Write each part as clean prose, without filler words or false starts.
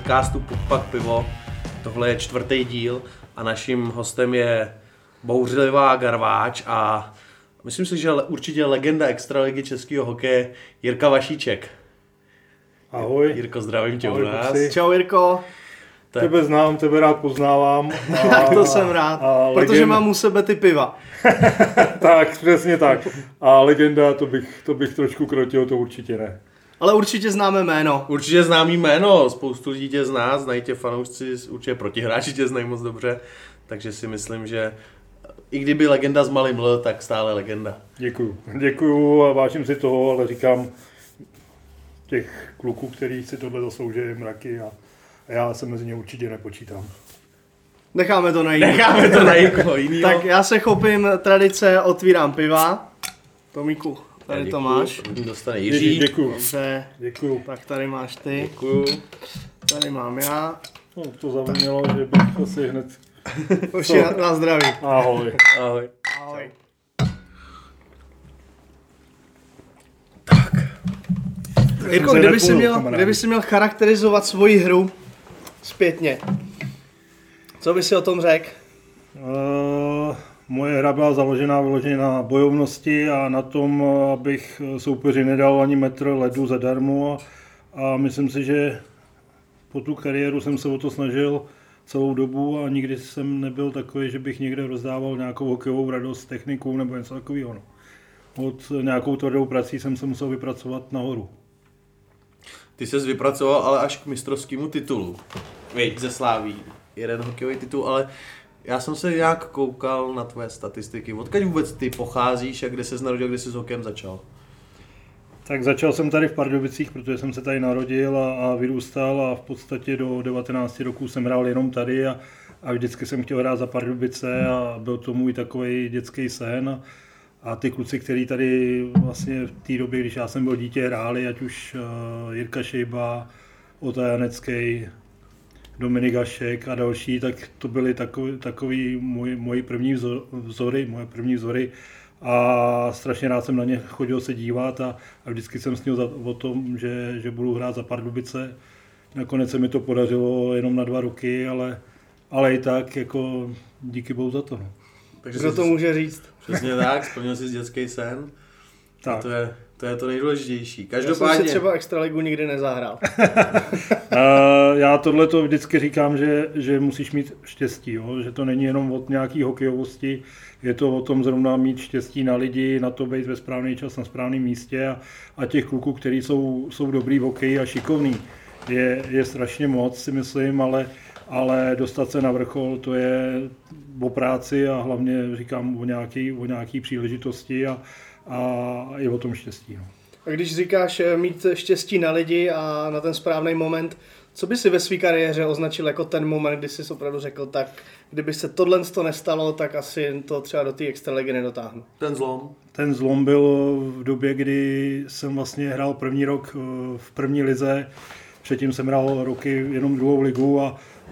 podcastu Pupak pivo. Tohle je 4. díl a naším hostem je bouřlivá garváč a myslím si, že určitě legenda extraligy českého hokeje Jirka Vašíček. Ahoj. Jirko, zdravím tě Ahoj, u nás. Kuci. Čau Jirko. Tebe znám, tebe rád poznávám. Tak to jsem rád, protože mám u sebe ty piva. Tak, přesně tak. A legenda, to bych trošku krotil, to určitě ne. Ale určitě známe jméno. Určitě známý jméno, spoustu lidí tě zná, znají tě fanoušci, určitě protihráči tě znají moc dobře, takže si myslím, že i kdyby legenda z malým L, tak stále legenda. Děkuju a vážím si toho, ale říkám těch kluků, který si tohle zaslouží mraky a já se mezi ně určitě nepočítám. Necháme to na někoho jinýho. Tak já se chopím tradice, otvírám piva. Tomíku, tady to máš. Dostane Jiří. Děkuju. Dobře. Děkuju. Tak tady máš ty. Děkuju. Tady mám já. No, to zapomnělo, že bych asi hned... Už na zdraví. Ahoj. Ahoj. Ahoj. Jirko, kdyby si měl charakterizovat svoji hru zpětně, co by si o tom řekl? Moje hra byla založená vyloženě na bojovnosti a na tom, abych soupeři nedal ani metr ledu zadarmo a myslím si, že po tu kariéru jsem se o to snažil celou dobu a nikdy jsem nebyl takový, že bych někde rozdával nějakou hokejovou radost technikou nebo něco takového. No. Od nějakou tvrdou prací jsem se musel vypracovat nahoru. Ty ses vypracoval ale až k mistrovskému titulu. Víš, ze Sláví. Jeden hokejový titul, ale já jsem se nějak koukal na tvoje statistiky. Odkud vůbec ty pocházíš a kde ses narodil, kde jsi s hokejem začal? Tak začal jsem tady v Pardubicích, protože jsem se tady narodil a vyrůstal a v podstatě do 19 roků jsem hrál jenom tady a vždycky jsem chtěl hrát za Pardubice a byl to můj takový dětský sen. A ty kluci, kteří tady vlastně v té době, když já jsem byl dítě, hráli, ať už Jirka Šejba, Ota Janecký, Dominik Hašek a další, tak to byly takový moje první vzory a strašně rád jsem na ně chodil se dívat a vždycky jsem snil o tom, že budu hrát za Pardubice. Nakonec se mi to podařilo jenom na 2 roky, ale i tak jako díky bohu za to. No. Takže kdo to může říct? Přesně tak, splnil jsi dětský sen. Tak. To je to nejdůležitější. Každopádně. Já jsem si třeba extraligu nikdy nezahrál. Já tohleto vždycky říkám, že musíš mít štěstí, jo? Že to není jenom od nějaký hokejovosti, je to o tom zrovna mít štěstí na lidi, na to být ve správný čas na správném místě a těch kluků, kteří jsou dobrý v hokeji a šikovný, je strašně moc, si myslím, ale dostat se na vrchol, to je o práci a hlavně říkám o nějaký příležitosti a i o tom štěstí. No. A když říkáš mít štěstí na lidi a na ten správný moment, co by si ve své kariéře označil jako ten moment, kdy jsi opravdu řekl, tak kdyby se tohle nestalo, tak asi to třeba do té extraligy nedotáhnu. Ten zlom byl v době, kdy jsem vlastně hrál první rok v první lize, předtím jsem hrál roky jenom 2. ligu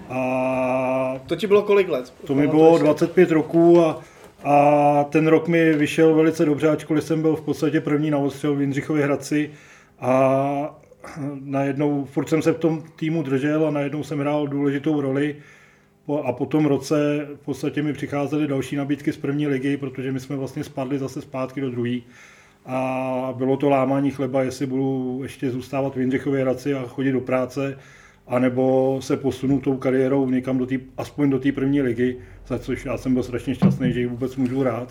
a to ti bylo kolik let? To mi bylo 25 roků a ten rok mi vyšel velice dobře, ačkoliv jsem byl v podstatě první na odstřel v Jindřichově Hradci a najednou, furt jsem se v tom týmu držel a najednou jsem hrál důležitou roli a po tom roce v podstatě mi přicházely další nabídky z první ligy, protože my jsme vlastně spadli zase zpátky do druhé a bylo to lámání chleba, jestli budu ještě zůstávat v Jindřichově Hradci a chodit do práce, anebo se posunu tou kariérou někam aspoň do té první ligy, za což já jsem byl strašně šťastný, že ji vůbec můžu hrát.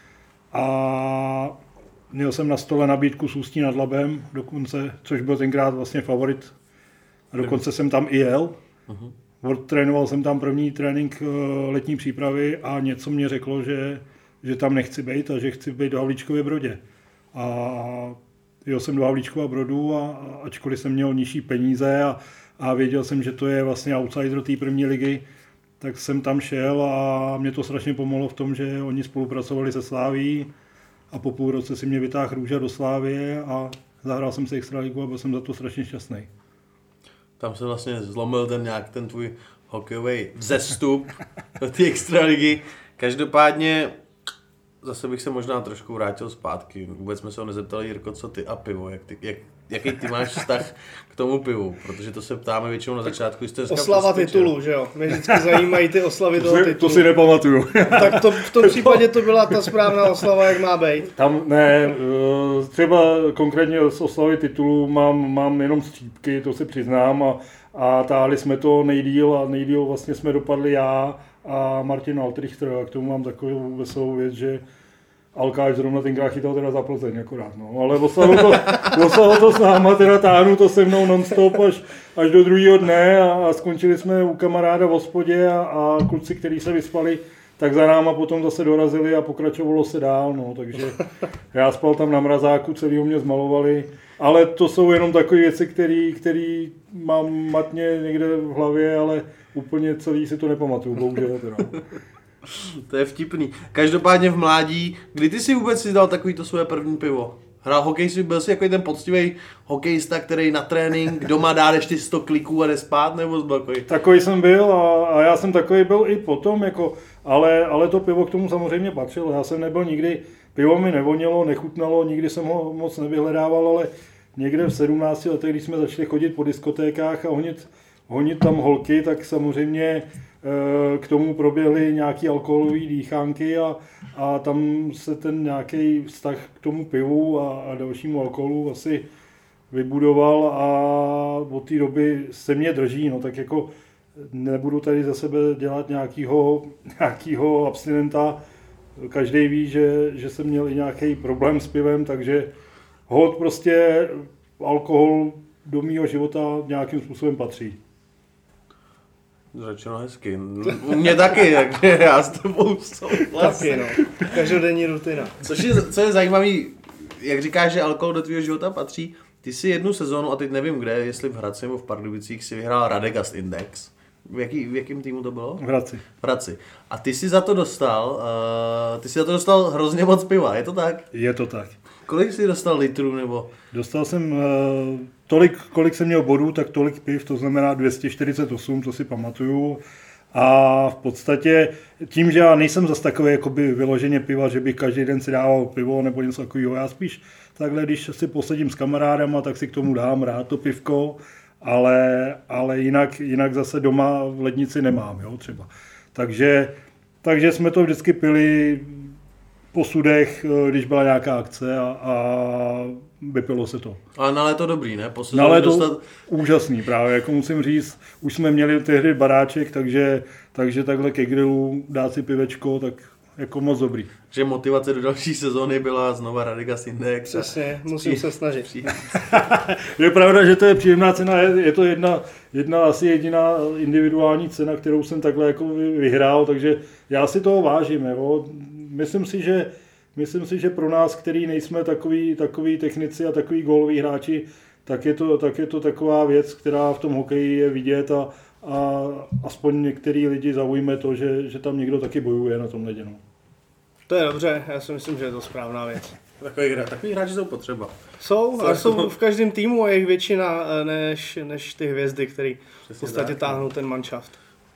A měl jsem na stole nabídku s Ústí nad Labem, dokonce, což byl tenkrát vlastně favorit. A dokonce jsem tam i jel. Trénoval jsem tam první trénink letní přípravy a něco mě řeklo, že tam nechci být a že chci být do Havlíčkově Brodě. A jel jsem do Havlíčkova Brodu a ačkoliv jsem měl nižší peníze a věděl jsem, že to je vlastně outsider té první ligy, tak jsem tam šel a mě to strašně pomohlo v tom, že oni spolupracovali se Sláví a po půl roce si mě vytáhl Růža do Slávie a zahrál jsem si extraligu a byl jsem za to strašně šťastný. Tam se vlastně zlomil ten tvůj hokejový vzestup do té extraligy. Každopádně zase bych se možná trošku vrátil zpátky. Vůbec jsme se ho nezeptali, Jirko, co ty a pivo, jaký ty máš vztah k tomu pivu, protože to se ptáme většinou na začátku. Oslava titulu, že jo? Mě vždycky zajímají ty oslavy toho titulu. To si nepamatuju. Tak to, v tom případě to byla ta správná oslava, jak má být. Tam ne, třeba konkrétně z oslavy titulu mám jenom střípky, to si přiznám a táhli jsme to nejdýl vlastně jsme dopadli já a Martin Altrichter, a k tomu mám takovou veselou věc, že Alkáš zrovna tenkrát chytal teda za Plzeň akorát, no. Ale oslavil to s náma, teda táhnu to se mnou non-stop až do druhého dne a skončili jsme u kamaráda v hospodě a kluci, kteří se vyspali, tak za náma potom zase dorazili a pokračovalo se dál, no. Takže já spal tam na mrazáku, celýho mě zmalovali, ale to jsou jenom takové věci, které mám matně někde v hlavě, ale úplně celý si to nepamatuju, bohužel teda. To je vtipný. Každopádně v mládí, kdy ty si vůbec si dal takový to svoje první pivo? Hrál hokej, byl jsi jako ten poctivý hokejista, který na trénink doma dá ještě 100 kliků a jde spát, nebo byl takový? Takový jsem byl a já jsem takový byl i potom, jako, ale to pivo k tomu samozřejmě patřilo. Já jsem nebyl nikdy, pivo mi nevonilo, nechutnalo, nikdy jsem ho moc nevyhledával, ale někde v 17 letech, když jsme začali chodit po diskotékách a honit tam holky, tak samozřejmě k tomu proběhly nějaké alkoholové dýchánky a tam se ten nějaký vztah k tomu pivu a dalšímu alkoholu asi vybudoval a od té doby se mě drží, no tak jako nebudu tady za sebe dělat nějakýho abstinenta, každý ví, že jsem měl i nějaký problém s pivem, takže holt prostě alkohol do mýho života nějakým způsobem patří. Řečeno hezky. U mě taky, takže já s tebou souhlasím. Taky, no. Každodenní rutina. Co je zajímavý, jak říkáš, že alkohol do tvého života patří, ty si jednu sezónu, a teď nevím kde, jestli v Hradci nebo v Pardubicích, si vyhrál Radegast Index. V jakém týmu to bylo? V Hradci. A ty si za to dostal, hrozně moc piva, je to tak? Je to tak. Kolik jsi dostal litrů nebo? Dostal jsem tolik, kolik jsem měl bodů, tak tolik piv, to znamená 248, to si pamatuju. A v podstatě tím, že já nejsem zas takový jakoby vyloženě piva, že bych každý den si dával pivo nebo něco takového. Já spíš takhle, když si posedím s kamarádama, tak si k tomu dám rád to pivko, ale jinak zase doma v lednici nemám, jo, třeba. Takže jsme to vždycky pili po sudech, když byla nějaká akce a vypilo se to. Ale na léto dobrý, ne? Na léto úžasný právě, jako musím říct, už jsme měli tehdy baráček, takže takhle ke grilu dát si pivečko, tak jako moc dobrý. Že motivace do další sezóny byla znova Radegast Index. Přesně, musím se snažit. Je pravda, že to je příjemná cena, je to asi jediná individuální cena, kterou jsem takhle jako vyhrál, takže já si toho vážím. Jo. Myslím si, že pro nás, který nejsme takový technici a takový góloví hráči, tak je to taková věc, která v tom hokeji je vidět a aspoň některý lidi zaujme to, že tam někdo taky bojuje na tom ledě. No. To je dobře, já si myslím, že je to správná věc. Takový hráči jsou potřeba. Jsou v každém týmu a jejich většina než ty hvězdy, který v podstatě táhnou ten manšaft.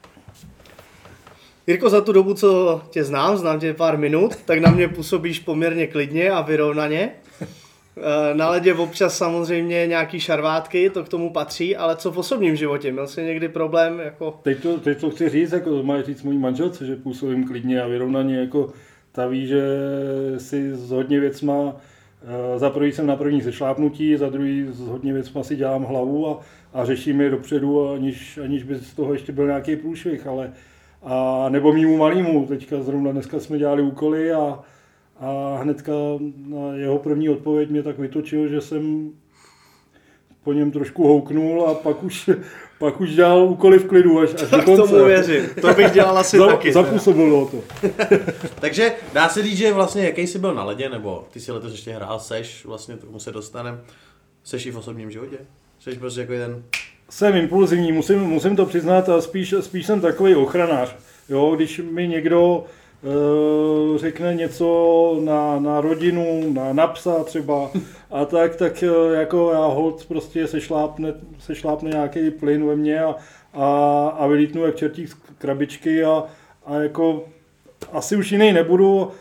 Jirko, za tu dobu, co tě znám tě pár minut, tak na mě působíš poměrně klidně a vyrovnaně. Na ledě občas samozřejmě nějaký šarvátky, to k tomu patří, ale co v osobním životě? Měl jsi někdy problém? Jako... Teď to chci říct, jako má říct mojí manželce, že působím klidně a vyrovnaně, jako ta ví, že si s hodně věcma, za prvý jsem na první zešlápnutí, za druhý s hodně věcma si dělám hlavu a řeším je dopředu, aniž by z toho ještě byl nějaký průšvih, a nebo mýmu malýmu, teďka zrovna dneska jsme dělali úkoly a hnedka na jeho první odpověď mě tak vytočil, že jsem po něm trošku houknul a pak už dělal úkoly v klidu až do konce. Tomu věřím, to bych dělal asi taky. Zapůsobilo to. Takže dá se říct, že vlastně jaký jsi byl na ledě, nebo ty si letos ještě hrál, seš, vlastně tomu se dostaneme, seš i v osobním životě? Seš prostě jako jeden... Jsem impulzivní, musím to přiznat, a spíš jsem takový ochranář. Jo, když mi někdo řekne něco na rodinu, na psa třeba a tak jako já holt prostě sešlápne nějaký plyn ve mně a vylítnu jak čertík z krabičky a jako asi už jiný nebudu.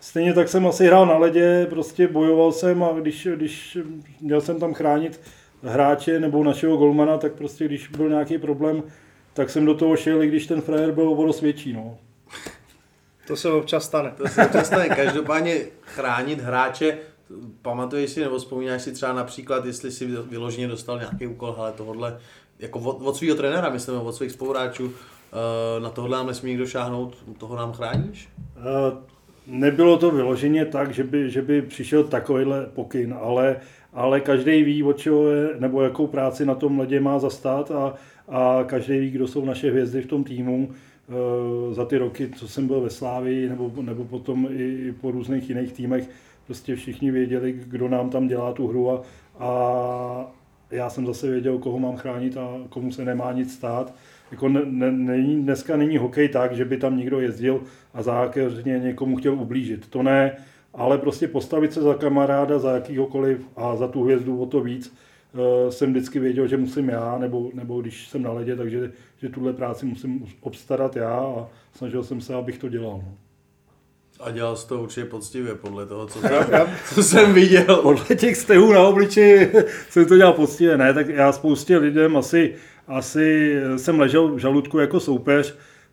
stejně tak jsem asi hrál na ledě, prostě bojoval jsem a když měl jsem tam chránit hráče nebo našeho golmana, tak prostě když byl nějaký problém, tak jsem do toho šel, i když ten frajer byl o dost větší, no. To se občas stane. Každopádně chránit hráče, pamatuješ si nebo vzpomínáš si třeba například, jestli si vyloženě dostal nějaký úkol, hele tohodle, jako od svého trenéra, myslím, od svých spoluhráčů, na tohle nám nesmí někdo šáhnout, toho nám chráníš? Nebylo to vyloženě tak, že by přišel takovýhle pokyn, ale každý ví, od čeho je, nebo jakou práci na tom ledě má zastát a každý ví, kdo jsou naše hvězdy v tom týmu. Za ty roky, co jsem byl ve Slávii, nebo potom i po různých jiných týmech, prostě všichni věděli, kdo nám tam dělá tu hru a já jsem zase věděl, koho mám chránit a komu se nemá nic stát. Jako dneska není hokej tak, že by tam někdo jezdil a zákeřně někomu chtěl ublížit. To ne, ale prostě postavit se za kamaráda, za jakýhokoliv a za tu hvězdu o to víc, jsem vždycky věděl, že musím já, nebo když jsem na ledě, takže že tuhle práci musím obstarat já a snažil jsem se, abych to dělal. No. A dělal jsi to určitě poctivě, podle toho, co jsem viděl. Podle těch stehů na obliči jsem to dělal poctivě, ne, tak já spoustě lidem asi jsem ležel v žaludku jako soupeř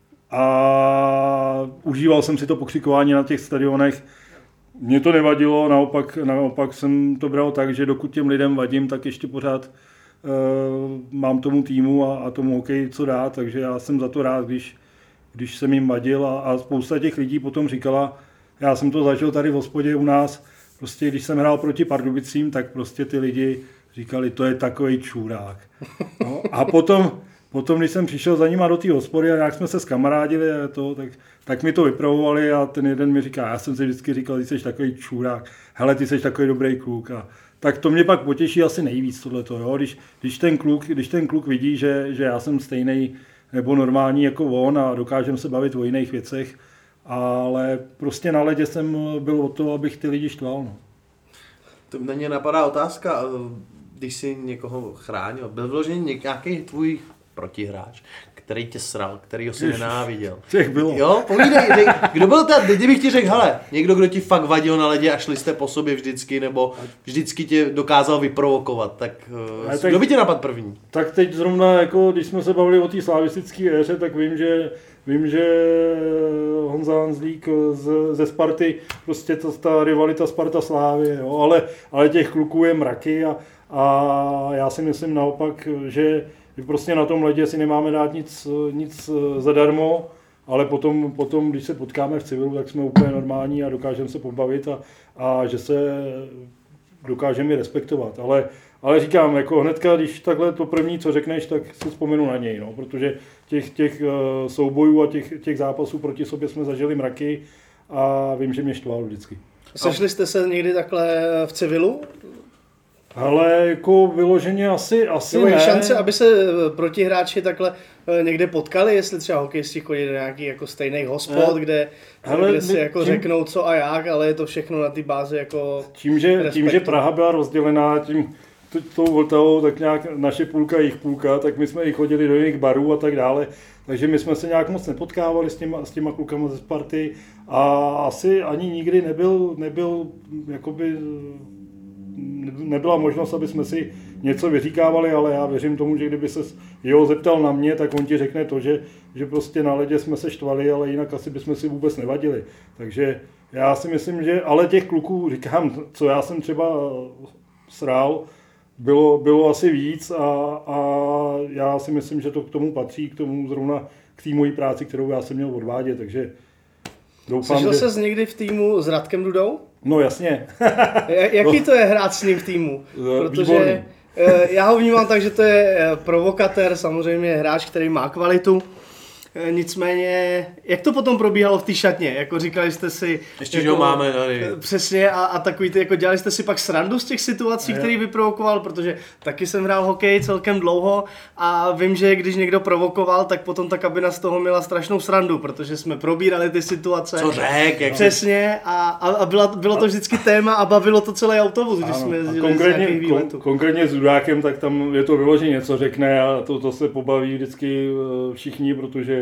a užíval jsem si to pokřikování na těch stadionech. Mně to nevadilo, naopak jsem to bral tak, že dokud těm lidem vadím, tak ještě pořád mám tomu týmu a tomu hokeji co dát, takže já jsem za to rád, když jsem jim vadil a spousta těch lidí potom říkala, já jsem to zažil tady v hospodě u nás, prostě když jsem hrál proti Pardubicím, tak prostě ty lidi říkali, to je takovej čůrák. No, a potom, když jsem přišel za nima do té hospody a nějak jsme se skamarádili, tak mi to vypravovali a ten jeden mi říká, já jsem si vždycky říkal, ty jsi takový čůrák, hele, ty jsi takový dobrý kluk. Tak to mě pak potěší asi nejvíc tohleto, jo? Když ten kluk vidí, že já jsem stejný nebo normální jako on a dokážeme se bavit o jiných věcech, ale prostě na ledě jsem byl o to, abych ty lidi štval. No. To mě napadá otázka, když jsi někoho chránil, byl vložený nějaký tvůj protihráč, který tě sral, kterýho jsi nenáviděl. Těch bylo. Jo, povídej, kdo byl ten, kdybych ti řekl, hele, někdo, kdo ti fakt vadil na ledě a šli jste po sobě vždycky, nebo vždycky tě dokázal vyprovokovat, tak kdo by tě napadl první? Tak teď zrovna, jako když jsme se bavili o té slavistické éře, tak vím, že Honza Hanzlík ze Sparty, prostě ta rivalita Sparta-Slávy, jo, ale těch kluků je mraky a já si myslím naopak, že prostě na tom ledě si nemáme dát nic zadarmo, ale potom, když se potkáme v civilu, tak jsme úplně normální a dokážeme se pobavit a že se dokážeme respektovat. Ale říkám, jako hnedka, když takhle to první, co řekneš, tak si vzpomenu na něj, no, protože těch soubojů a těch zápasů proti sobě jsme zažili mraky a vím, že mě štval vždycky. Sešli jste se někdy takhle v civilu? Ale jako vyloženě asi ne. Je šance, aby se protihráči takhle někde potkali, jestli třeba hokejisti chodí do nějakých jako stejných hospod, kde si jako řeknou co a jak, ale je to všechno na té bázi jako tím, že Praha byla rozdělená tou Vltavou, tak nějak naše půlka, jejich půlka, tak my jsme i chodili do jiných barů a tak dále. Takže my jsme se nějak moc nepotkávali s těma klukama ze Sparty a asi ani nikdy nebyl jakoby nebyla možnost, aby jsme si něco vyříkávali, ale já věřím tomu, že kdyby se jeho zeptal na mě, tak on ti řekne to, že prostě na ledě jsme se štvali, ale jinak asi bychom si vůbec nevadili. Takže já si myslím, že ale těch kluků, říkám, co já jsem třeba srál, bylo asi víc a já si myslím, že to k tomu patří, k tomu zrovna k té mojí práci, kterou já jsem měl odvádět, takže doufám, Slyšel ses někdy v týmu s Radkem Dudou? No jasně. Jaký to je hrát s ním v týmu? Protože já ho vnímám tak, že to je provokatér, samozřejmě hráč, který má kvalitu. Nicméně, jak to potom probíhalo v té šatně? Jako říkali jste si... Ještě, že ho máme tady. Přesně a takový ty, jako dělali jste si pak srandu z těch situací, který vyprovokoval, protože taky jsem hrál hokej celkem dlouho a vím, že když někdo provokoval, tak potom ta kabina z toho měla strašnou srandu, protože jsme probírali ty situace. Co řek? Přesně a bylo to vždycky téma a bavilo to celý autobus, když jsme jezdili z nějakých výletů. Konkrétně s Dudákem, tak tam je to vyloženě něco řekne a to se pobaví vždycky všichni, protože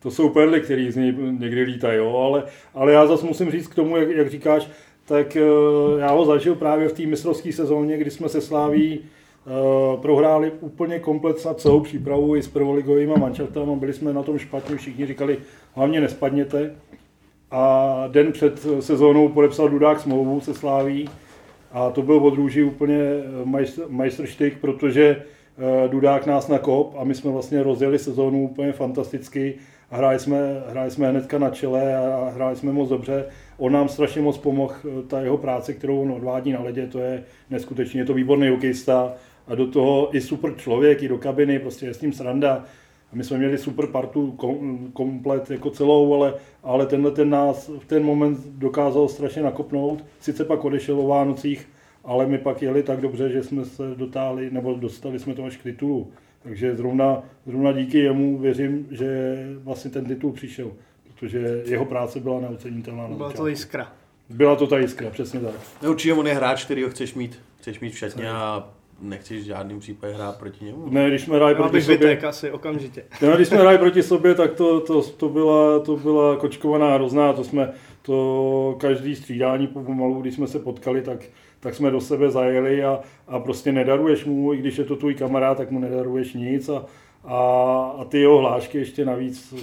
to jsou perly, které z něj někdy lítají, jo, ale já zase musím říct k tomu, jak říkáš, tak já ho zažil právě v té mistrovské sezóně, kdy jsme se Slaví prohráli úplně komplet na celou přípravu i s prvoligovými manšaftama, byli jsme na tom špatně, všichni říkali, hlavně nespadněte. A den před sezónou podepsal Dudák smlouvu se Slaví a to byl od Růži úplně majstrštyk, protože Dudák nás nakop a my jsme vlastně rozjeli sezónu úplně fantasticky a hráli jsme hnedka na čele a hráli jsme moc dobře. On nám strašně moc pomohl, ta jeho práce, kterou on odvádí na ledě, to je neskutečně, je to výborný hokejista a do toho i super člověk, i do kabiny, prostě je s ním sranda. A my jsme měli super partu komplet jako celou, ale ten nás v ten moment dokázal strašně nakopnout. Sice pak odešel o Vánocích, ale my pak jeli tak dobře, že jsme se dotáhli, nebo dostali jsme to až k titulu. Takže zrovna díky jemu věřím, že vlastně ten titul přišel, protože jeho práce byla neocenitelná. Byla to jiskra. Byla to ta jiskra, přesně tak. Určitě on je hráč, kterýho chceš mít v šatně a nechceš v žádným případě hrát proti němu. Ne, když jsme hráli proti sobě, asi okamžitě. Ne, když jsme hráli proti sobě, tak to byla kočkovaná hrozná, to každý střídání pomalu, když jsme se potkali, tak jsme do sebe zajeli a prostě nedaruješ mu, i když je to tvůj kamarád, tak mu nedaruješ nic a ty jeho hlášky ještě navíc,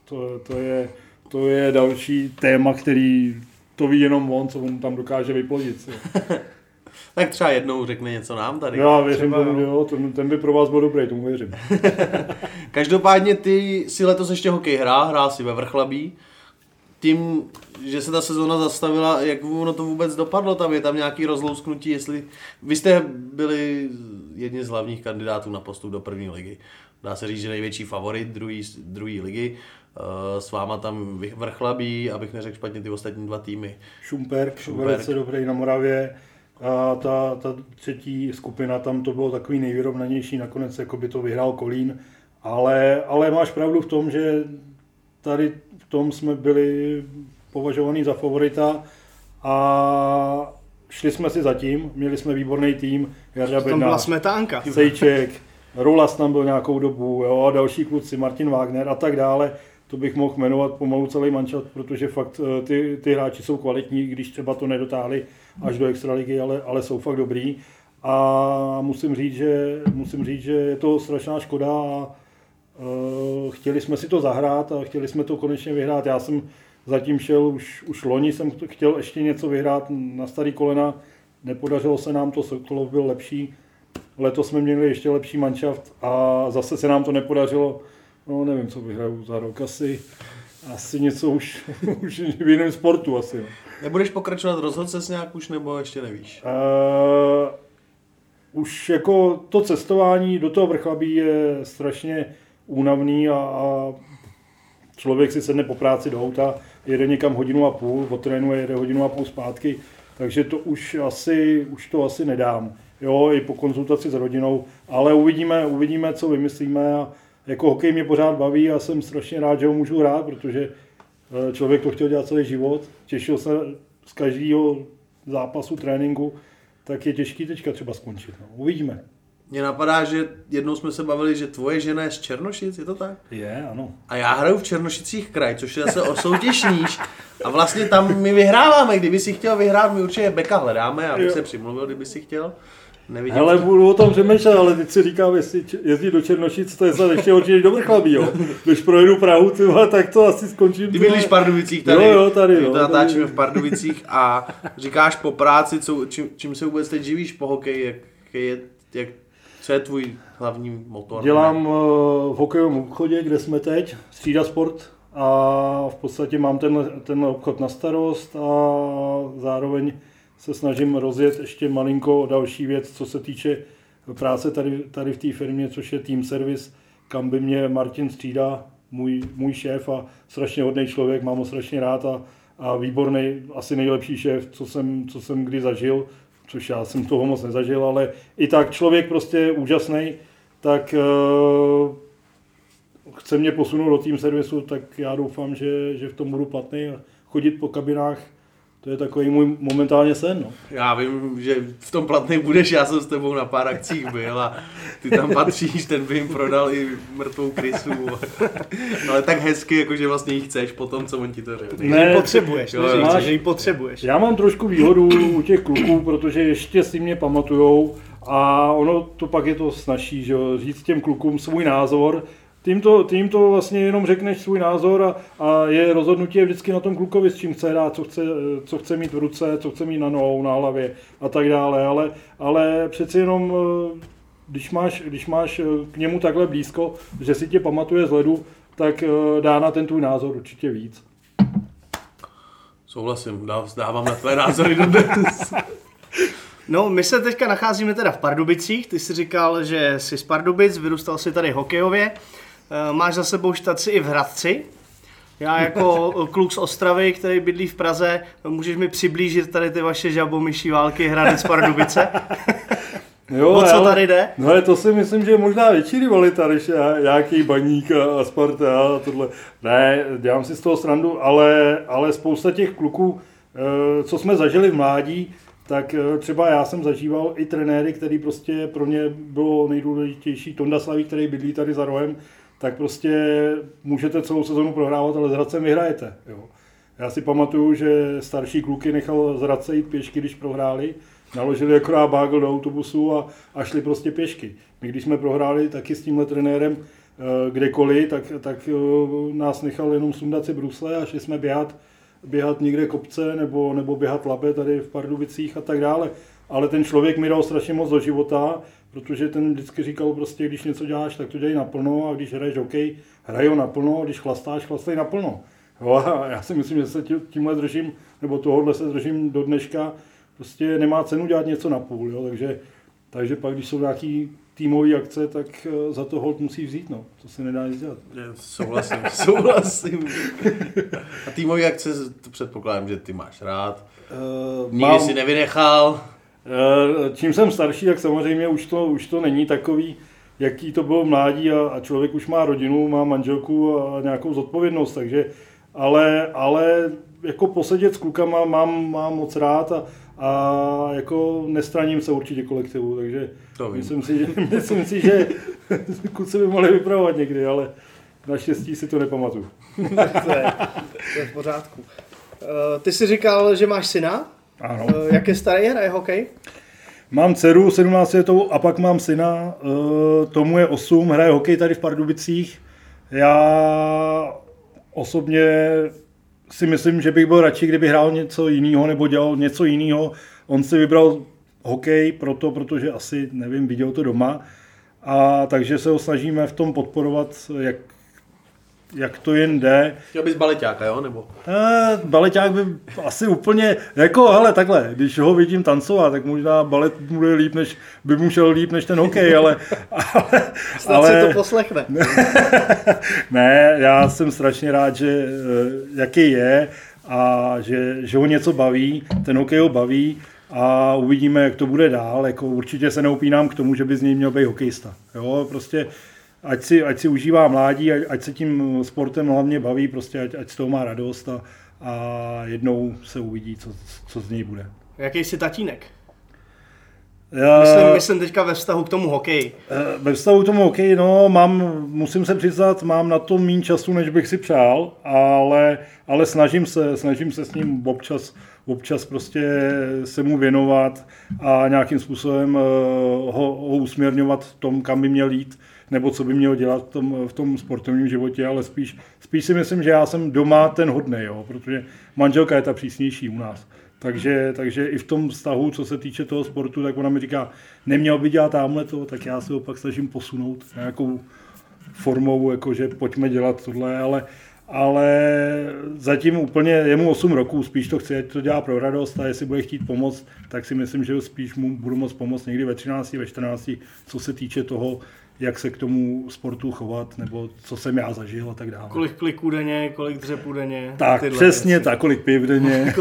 to je další téma, který to ví jenom on, co on tam dokáže vyplodit. Tak třeba jednou řekne něco nám tady. Já věřím tomu, jo, ten by pro vás byl dobrý, tomu věřím. Každopádně ty si letos ještě hokej hrál si ve Vrchlabí. Tím, že se ta sezóna zastavila, jak ono to vůbec dopadlo, tam je tam nějaký rozlousknutí, jestli vy jste byli jedni z hlavních kandidátů na postup do první ligy. Dá se říct, že největší favorit druhé ligy. S váma tam Vrchlabí, abych neřekl špatně ty ostatní dva týmy. Šumperk. Velice dobrý na Moravě. A ta třetí skupina, tam to bylo takový nejvyrovnanější, nakonec jako by to vyhrál Kolín. Ale máš pravdu v tom, že tady v tom jsme byli považovaní za favorita a šli jsme si zatím, měli jsme výborný tým, Jarda Bednář, tam byla smetánka. Sejček, Rulas tam byl nějakou dobu, jo, a další kluci, Martin Wagner a tak dále. To bych mohl jmenovat pomalu celý manšaft, protože fakt ty hráči jsou kvalitní, když třeba to nedotáhli až do extraligy, ale jsou fakt dobrý. A musím říct, že je to strašná škoda a chtěli jsme si to zahrát a chtěli jsme to konečně vyhrát. Já jsem zatím šel, už loni jsem chtěl ještě něco vyhrát na starý kolena, nepodařilo se nám to, Sokolov byl lepší. Letos jsme měli ještě lepší manšaft a zase se nám to nepodařilo. No nevím, co vyhraju za rok, asi něco už v jiném sportu asi. No. Nebudeš pokračovat, rozhodl ses nějak už, nebo ještě nevíš? Už jako to cestování do toho Vrchlabí je strašně únavný a člověk si sedne po práci do auta, jede někam 1,5 hodiny, odtrénuje, jede 1,5 hodiny zpátky, takže to už to asi nedám. Jo, i po konzultaci s rodinou, ale uvidíme, co vymyslíme a jako hokej mě pořád baví a jsem strašně rád, že ho můžu hrát, protože člověk to chtěl dělat celý život, těšil se z každého zápasu, tréninku, tak je těžký teďka třeba skončit. No. Uvidíme. Mně napadá, že jednou jsme se bavili, že tvoje žena je z Černošic, je to tak? Je, ano. A já hraju v Černošicích kraj, což je zase o soutěž níž. A vlastně tam my vyhráváme, kdyby si chtěl vyhrát, my určitě Beka hledáme, abych se přimluvil, kdyby si chtěl. Nevidím. Hele, budu o tom přemýšlet, ale teď si říkám, jestli jezdí do Černošic, to je snad ještě určitě do Vrchlabí, jo. Když projedu Prahu, tak to asi skončím. Ty bydlíš v Pardubicích tady, jo, tady, to natáčíme v Pardubicích a říkáš po práci, čím se vůbec teď živíš po hokeji, co je tvůj hlavní motor? Dělám v hokejovém obchodě, kde jsme teď, Střída Sport a v podstatě mám ten obchod na starost a zároveň se snažím rozjet ještě malinko další věc, co se týče práce tady v té firmě, což je Team Service, kam by mě Martin Střída, můj šéf a strašně hodný člověk, mám ho strašně rád a výborný, asi nejlepší šéf, co jsem kdy zažil, což já jsem toho moc nezažil, ale i tak člověk prostě úžasný, tak chce mě posunout do Team Servisu, tak já doufám, že v tom budu platný a chodit po kabinách To je takový můj momentálně sen. No. Já vím, že v tom Platný budeš, já jsem s tebou na pár akcích byl a ty tam patříš, ten by jim prodal i mrtvou krysu. Ale tak hezky, jakože vlastně ji chceš po tom, co on ti to řekl. Ne, ji potřebuješ, že ji potřebuješ. Já mám trošku výhodu u těch kluků, protože ještě si mě pamatujou a ono to pak je to snazší, že jo, říct těm klukům svůj názor. Tím to vlastně jenom řekneš svůj názor a je rozhodnutí je vždycky na tom klukovi, s čím chce hrát, co chce mít v ruce, co chce mít na nohou, na hlavě a tak dále, ale přeci jenom, když máš k němu takhle blízko, že si tě pamatuje z ledu, tak dá na ten tvůj názor určitě víc. Souhlasím, dávám na tvé názory dodnes. No, my se teďka nacházíme teda v Pardubicích, ty jsi říkal, že jsi z Pardubic, vyrůstal jsi tady hokejově, máš za sebou štaci i v Hradci. Já jako kluk z Ostravy, který bydlí v Praze, můžeš mi přiblížit tady ty vaše žabomyší války Hradec Pardubice? Jo, o co tady jde? No ale to si myslím, že je možná větší rivalita, než nějaký Baník a Sparta a tohle. Ne, dělám si z toho srandu, ale spousta těch kluků, co jsme zažili v mládí, tak třeba já jsem zažíval i trenéry, který prostě pro mě bylo nejdůležitější. Tonda Slavík, který bydlí tady za rohem, tak prostě můžete celou sezonu prohrávat, ale s Hradcem vyhrajete. Jo. Já si pamatuju, že starší kluky nechal z Hradce jít pěšky, když prohráli. Naložili akorát bágl do autobusu a šli prostě pěšky. My když jsme prohráli taky s tímhle trenérem kdekoliv, tak nás nechal jenom sundat si brusle a šli jsme běhat někde kopce nebo běhat labe tady v Pardubicích a tak dále. Ale ten člověk mi dal strašně moc do života, protože ten vždycky říkal prostě, když něco děláš, tak to dělej naplno a když hraješ hokej, hraj ho naplno a když chlastáš, chlastej naplno. Jo, a já si myslím, že se tímhle držím, nebo tohohle se držím do dneška. Prostě nemá cenu dělat něco na půl, jo, takže pak, když jsou nějaký týmové akce, tak za to holt musí vzít, no, to se nedá nic dělat. Souhlasím. A týmové akce, to předpokládám, že ty máš rád, nikdy si nevynechal. Čím jsem starší, tak samozřejmě už to není takový, jaký to bylo v mládí a člověk už má rodinu, má manželku a nějakou zodpovědnost, takže, ale jako posedět s klukama mám moc rád a jako nestraním se určitě kolektivu, takže myslím si, že kluci by mohli vypravovat někdy, ale naštěstí si to nepamatuju. To je v pořádku. Ty jsi říkal, že máš syna? Ano. Jak je starý, hraje hokej? Mám dceru 17 letou a pak mám syna, tomu je 8, hraje hokej tady v Pardubicích. Já osobně si myslím, že bych byl radši, kdyby hrál něco jiného nebo dělal něco jiného. On si vybral hokej protože asi, nevím, viděl to doma. A takže se ho snažíme v tom podporovat, jak to jen jde. Chtěl bys baleťáka, jo? Nebo? Baleťák by asi úplně, jako, hele, takhle, když ho vidím tancovat, tak možná balet by mu šel líp než ten hokej, ale snad si to poslechne. Ne, já jsem strašně rád, že jaký je a že ho něco baví, ten hokej ho baví a uvidíme, jak to bude dál, jako určitě se neupínám k tomu, že by z něj měl být hokejista, jo, prostě ať si užívá mládí, ať se tím sportem hlavně baví, prostě ať z toho má radost a jednou se uvidí, co z něj bude. Jaký jsi tatínek? Myslím teďka ve vztahu k tomu hokeji. Ve vztahu k tomu hokeji, no, musím se přiznat, mám na to méně času, než bych si přál, ale snažím se s ním občas prostě se mu věnovat a nějakým způsobem ho usměrňovat v tom, kam by měl jít, nebo co by měl dělat v tom sportovním životě, ale spíš si myslím, že já jsem doma ten hodnej, jo, protože manželka je ta přísnější u nás. Takže i v tom vztahu, co se týče toho sportu, tak ona mi říká, neměl by dělat támhleto, tak já se ho pak snažím posunout nějakou formou, jakože pojďme dělat tohle, ale zatím úplně, je mu 8 roků, spíš to chce, to dělá pro radost a jestli bude chtít pomoct, tak si myslím, že spíš mu budu moct pomoct někdy ve 13, ve 14, co se týče toho, jak se k tomu sportu chovat, nebo co jsem já zažil a tak dále. Kolik kliků denně, kolik dřepů denně. Tak, přesně tak, kolik piv denně.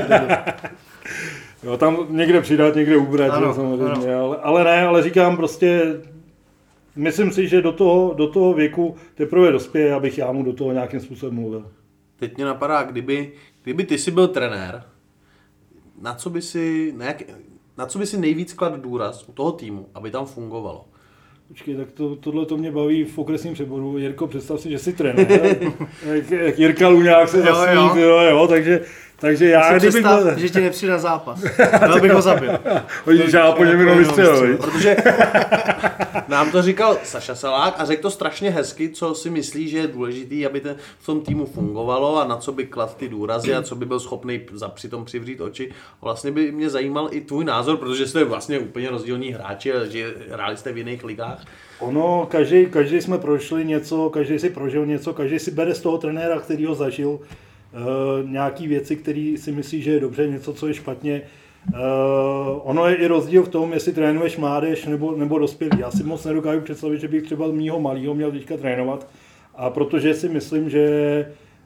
Jo, tam někde přidat, někde ubrat, ano, samozřejmě, ano. Ale říkám prostě, myslím si, že do toho věku teprve dospěje, abych já mu do toho nějakým způsobem mluvil. Teď mě napadá, kdyby ty jsi byl trenér na co by si nejvíc kladl důraz u toho týmu, aby tam fungovalo? Počkej, tak tohle to mě baví v okresním přeboru. Jirko, představ si, že jsi trenér. jak Jirka Luňák se zasní, jo, takže já... Představ, že tě nepřijde na zápas. Já bych ho zabil. Že já po něm jenom vystřelil. Protože nám to říkal Saša Salák a řekl to strašně hezky, co si myslí, že je důležitý, aby v tom týmu fungovalo a na co by kladl ty důrazy a co by byl schopný přitom přivřít oči. A vlastně by mě zajímal i tvůj názor, protože jste vlastně úplně rozdílní hráči, že hráli jste v jiných ligách. Ono, každý jsme prošli něco, každý si prožil něco, každý si bere z toho trenéra, který ho zažil, nějaký věci, který si myslí, že je dobře, něco, co je špatně. Ono je i rozdíl v tom, jestli trénuješ mládež nebo dospělý. Já si moc nedokážu představit, že bych třeba mýho malýho měl teďka trénovat. A protože si myslím, že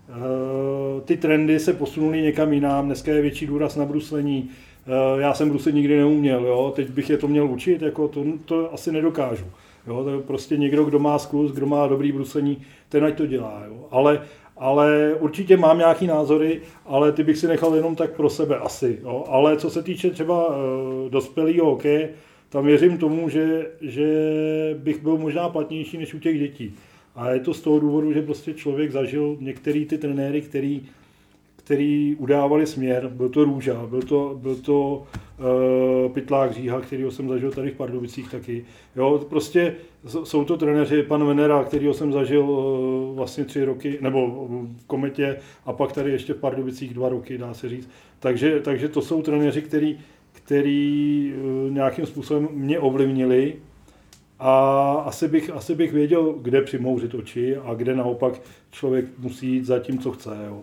ty trendy se posunuly někam jinam, dneska je větší důraz na bruslení. Já jsem bruslit nikdy neuměl, jo? Teď bych je to měl učit, jako to asi nedokážu. Jo? To je prostě někdo, kdo má skluz, kdo má dobrý bruslení, ten ať to dělá. Jo? Ale určitě mám nějaký názory, ale ty bych si nechal jenom tak pro sebe asi. Jo? Ale co se týče třeba dospělého hokeje, tam věřím tomu, že bych byl možná platnější než u těch dětí. A je to z toho důvodu, že prostě člověk zažil některý ty trenéry, který udávali směr. Byl to Růža, byl to Pytlák Říha, kterýho jsem zažil tady v Pardubicích taky. Jo, prostě jsou to trenéři, pan Venera, kterýho jsem zažil vlastně 3 roky, nebo v Kometě a pak tady ještě v Pardubicích 2 roky, dá se říct. Takže to jsou trenéři, který nějakým způsobem mě ovlivnili. A asi bych věděl, kde přimouřit oči a kde naopak člověk musí jít za tím, co chce. Jo.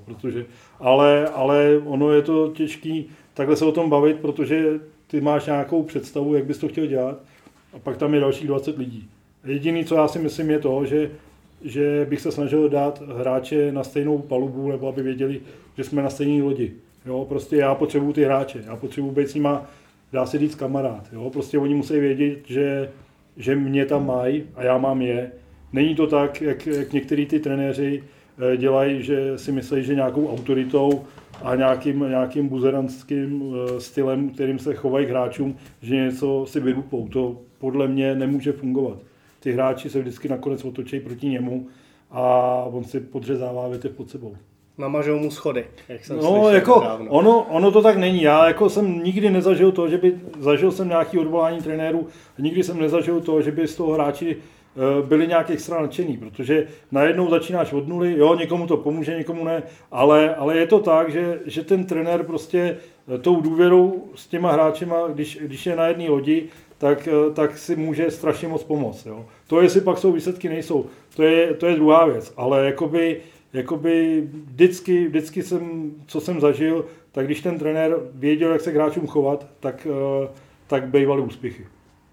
Ale ono je to těžký takhle se o tom bavit, protože ty máš nějakou představu, jak bys to chtěl dělat a pak tam je dalších 20 lidí. Jediné, co já si myslím, je to, že bych se snažil dát hráče na stejnou palubu, nebo aby věděli, že jsme na stejné lodi. Jo. Prostě já potřebuju ty hráče, já potřebuju být s nima, dá se říct, kamarád. Jo. Prostě oni musí vědět, že mě tam mají a já mám je. Není to tak, jak některý ty trenéři dělají, že si myslí, že nějakou autoritou a nějakým buzerantským stylem, kterým se chovají k hráčům, že něco si vydupou. To podle mě nemůže fungovat. Ty hráči se vždycky nakonec otočí proti němu a on si podřezává větev pod sebou. Namažou mu schody, jak jsem slyšel jako ono to tak není. Já jako jsem nikdy nezažil to, zažil jsem nějaký odvolání trenérů, nikdy jsem nezažil to, že by z toho hráči byli nějak extra nadšený, protože najednou začínáš od nuly, jo, někomu to pomůže, někomu ne, ale je to tak, že ten trenér prostě tou důvěrou s těma hráčema, když je na jedné lodi, tak si může strašně moc pomoct. Jo. To, jestli pak jsou výsledky, nejsou, to je druhá věc, ale jakoby vždycky co jsem zažil, tak když ten trenér věděl, jak se k hráčům chovat, tak bývaly úspěchy.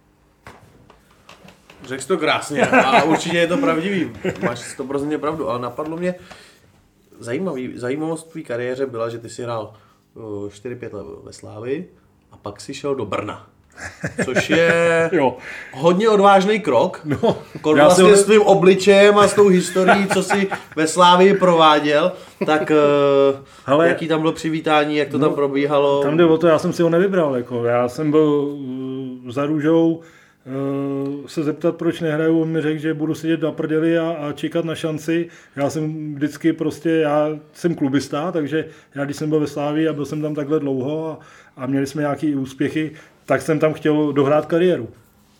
Řekl jsi to krásně a určitě je to pravdivý. Máš 100% pravdu, ale napadlo mě, zajímavost v tvý kariéře byla, že ty jsi hrál 4-5 let ve Slávii a pak si šel do Brna. Což je hodně odvážný krok. Vlastně s tvým obličejem a s tou historií, co si ve Slávii prováděl, tak jaký tam bylo přivítání, jak to tam probíhalo? Tam jde o to, já jsem si ho nevybral. Jako. Já jsem byl za Růžou se zeptat, proč nehraju, on mi řekl, že budu sedět na prdeli a čekat na šanci. Já jsem vždycky já jsem klubista, takže já když jsem byl ve Slávii a byl jsem tam takhle dlouho a měli jsme nějaké úspěchy, tak jsem tam chtěl dohrát kariéru.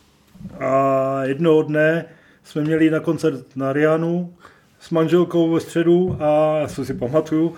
A jednoho dne jsme měli na koncert na Rianu s manželkou ve středu a já si pamatuju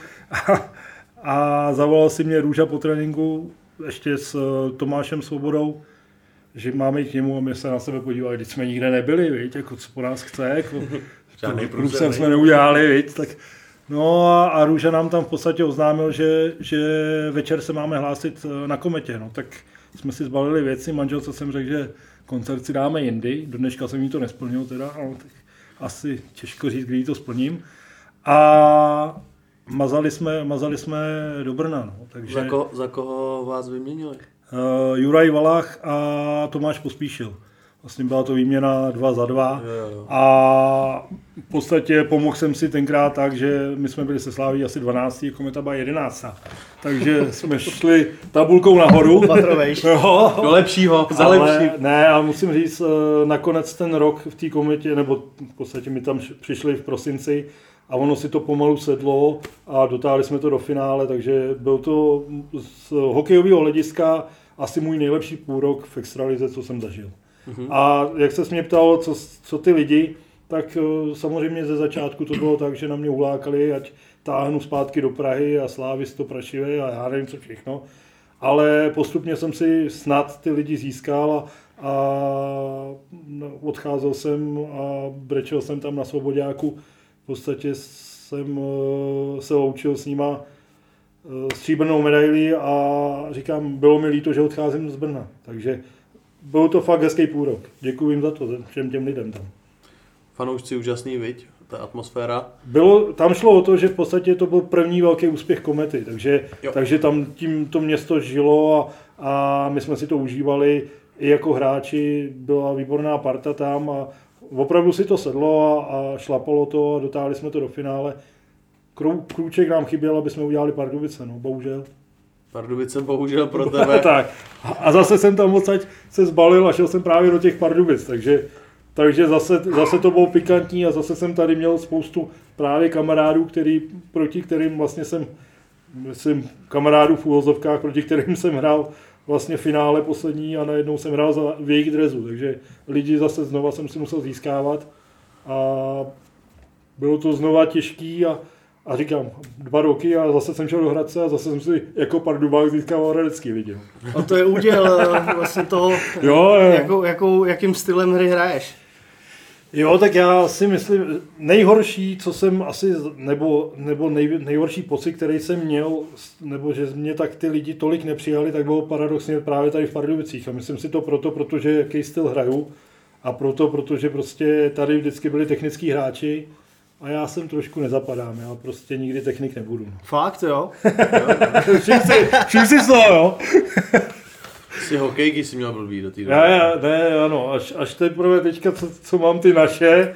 a zavolal si mě Růža po tréninku ještě s Tomášem Svobodou, že máme jít k němu a my se na sebe podívali, když jsme nikde nebyli, viď, jako co po nás chce, jako průsem jsme neudělali, viď, tak no a Růža nám tam v podstatě oznámil, že večer se máme hlásit na Kometě, no tak jsme si zbalili věci, manželce jsem řekl, že koncert si dáme jindy, do dneška jsem jí to nesplnil teda, no, tak asi těžko říct, kdy to splním. A mazali jsme do Brna, no, takže... Za koho vás vyměnili? Juraj Valach a Tomáš Pospíšil. Vlastně byla to výměna 2 za 2 a v podstatě pomohl jsem si tenkrát tak, že my jsme byli se Sláví asi 12, Kometa byla 11. Takže jsme šli tabulkou nahoru. Do lepšího, za lepší. Ne, a musím říct, nakonec ten rok v té Kometě, nebo v podstatě my tam přišli v prosinci a ono si to pomalu sedlo a dotáhli jsme to do finále, takže byl to z hokejového hlediska asi můj nejlepší půlrok v extralize, co jsem zažil. A jak se mě ptal, co ty lidi, tak samozřejmě ze začátku to bylo tak, že na mě ulákali, ať táhnu zpátky do Prahy a Slávis to prašivě a já nevím co všechno. Ale postupně jsem si snad ty lidi získal a odcházel jsem a brečel jsem tam na Svoboďáku. V podstatě jsem se loučil s nima stříbrnou medailí a říkám, bylo mi líto, že odcházím z Brna. Takže byl to fakt hezký půlrok. Děkuji jim za to, všem těm lidem tam. Fanoušci úžasný, viď? Ta atmosféra. Tam šlo o to, že v podstatě to byl první velký úspěch Komety, takže tam tím to město žilo a my jsme si to užívali. I jako hráči byla výborná parta tam a opravdu si to sedlo a šlapalo to a dotáhli jsme to do finále. Krůček nám chyběl, aby jsme udělali Pardubice, no, bohužel. Pardubice bohužel pro tebe. Tak. A zase jsem tam odsaď se zbalil a šel jsem právě do těch Pardubic, takže zase to bylo pikantní a zase jsem tady měl spoustu právě kamarádů, proti kterým vlastně jsem kamarádů v úvozovkách, proti kterým jsem hrál vlastně finále poslední a najednou jsem hrál v jejich dresu, takže lidi zase znova jsem si musel získávat a bylo to znova těžký a říkám, 2 roky a zase jsem šel do Hradce a zase jsem si jako Pardubák získával hradecký lidi. A to je úděl vlastně toho, jakým stylem hry hraješ. Jo, tak já si myslím, nejhorší, co jsem asi, nebo nejhorší pocit, který jsem měl, nebo že mě tak ty lidi tolik nepřijali, tak bylo paradoxně právě tady v Pardubicích. A myslím si to protože jaký styl hraju a protože prostě tady vždycky byli technický hráči a já jsem trošku nezapadám, já prostě nikdy technik nebudu. Fakt, jo? Všim si to, jo? Si hokejky si měl blbý do té doby. Ano, až teprve teďka, co mám ty naše,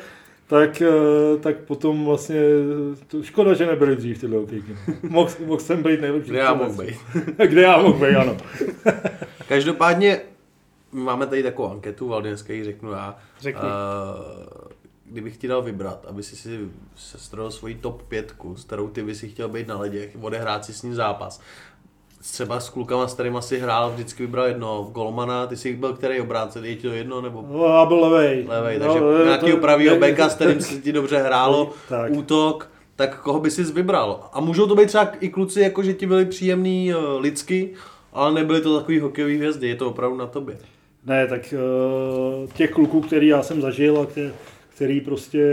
tak potom vlastně, škoda, že nebyly dřív tyhle hokejky. Mohl jsem být nejlepší. Kde já mohl být. Kde já mohl být, ano. Každopádně máme tady takovou anketu, Valdinské ji řeknu já. Kdybych ti dal vybrat, aby si sestrojil svoji top 5, s kterou ty by si chtěl být na ledě, odehrát si s ním zápas. Třeba s klukama, s kterýma si hrál, vždycky vybral jedno golmana, ty jsi byl který obránce, je ti to jedno nebo? No, já byl levej. Takže nějakýho pravýho beka, s kterým si ti dobře hrálo, útok, tak koho by si vybral? A můžou to být třeba i kluci, jako že ti byli příjemný lidsky, ale nebyly to takový hokejový hvězdy, je to opravdu na tobě. Ne, tak těch kluků, který já jsem zažil a který prostě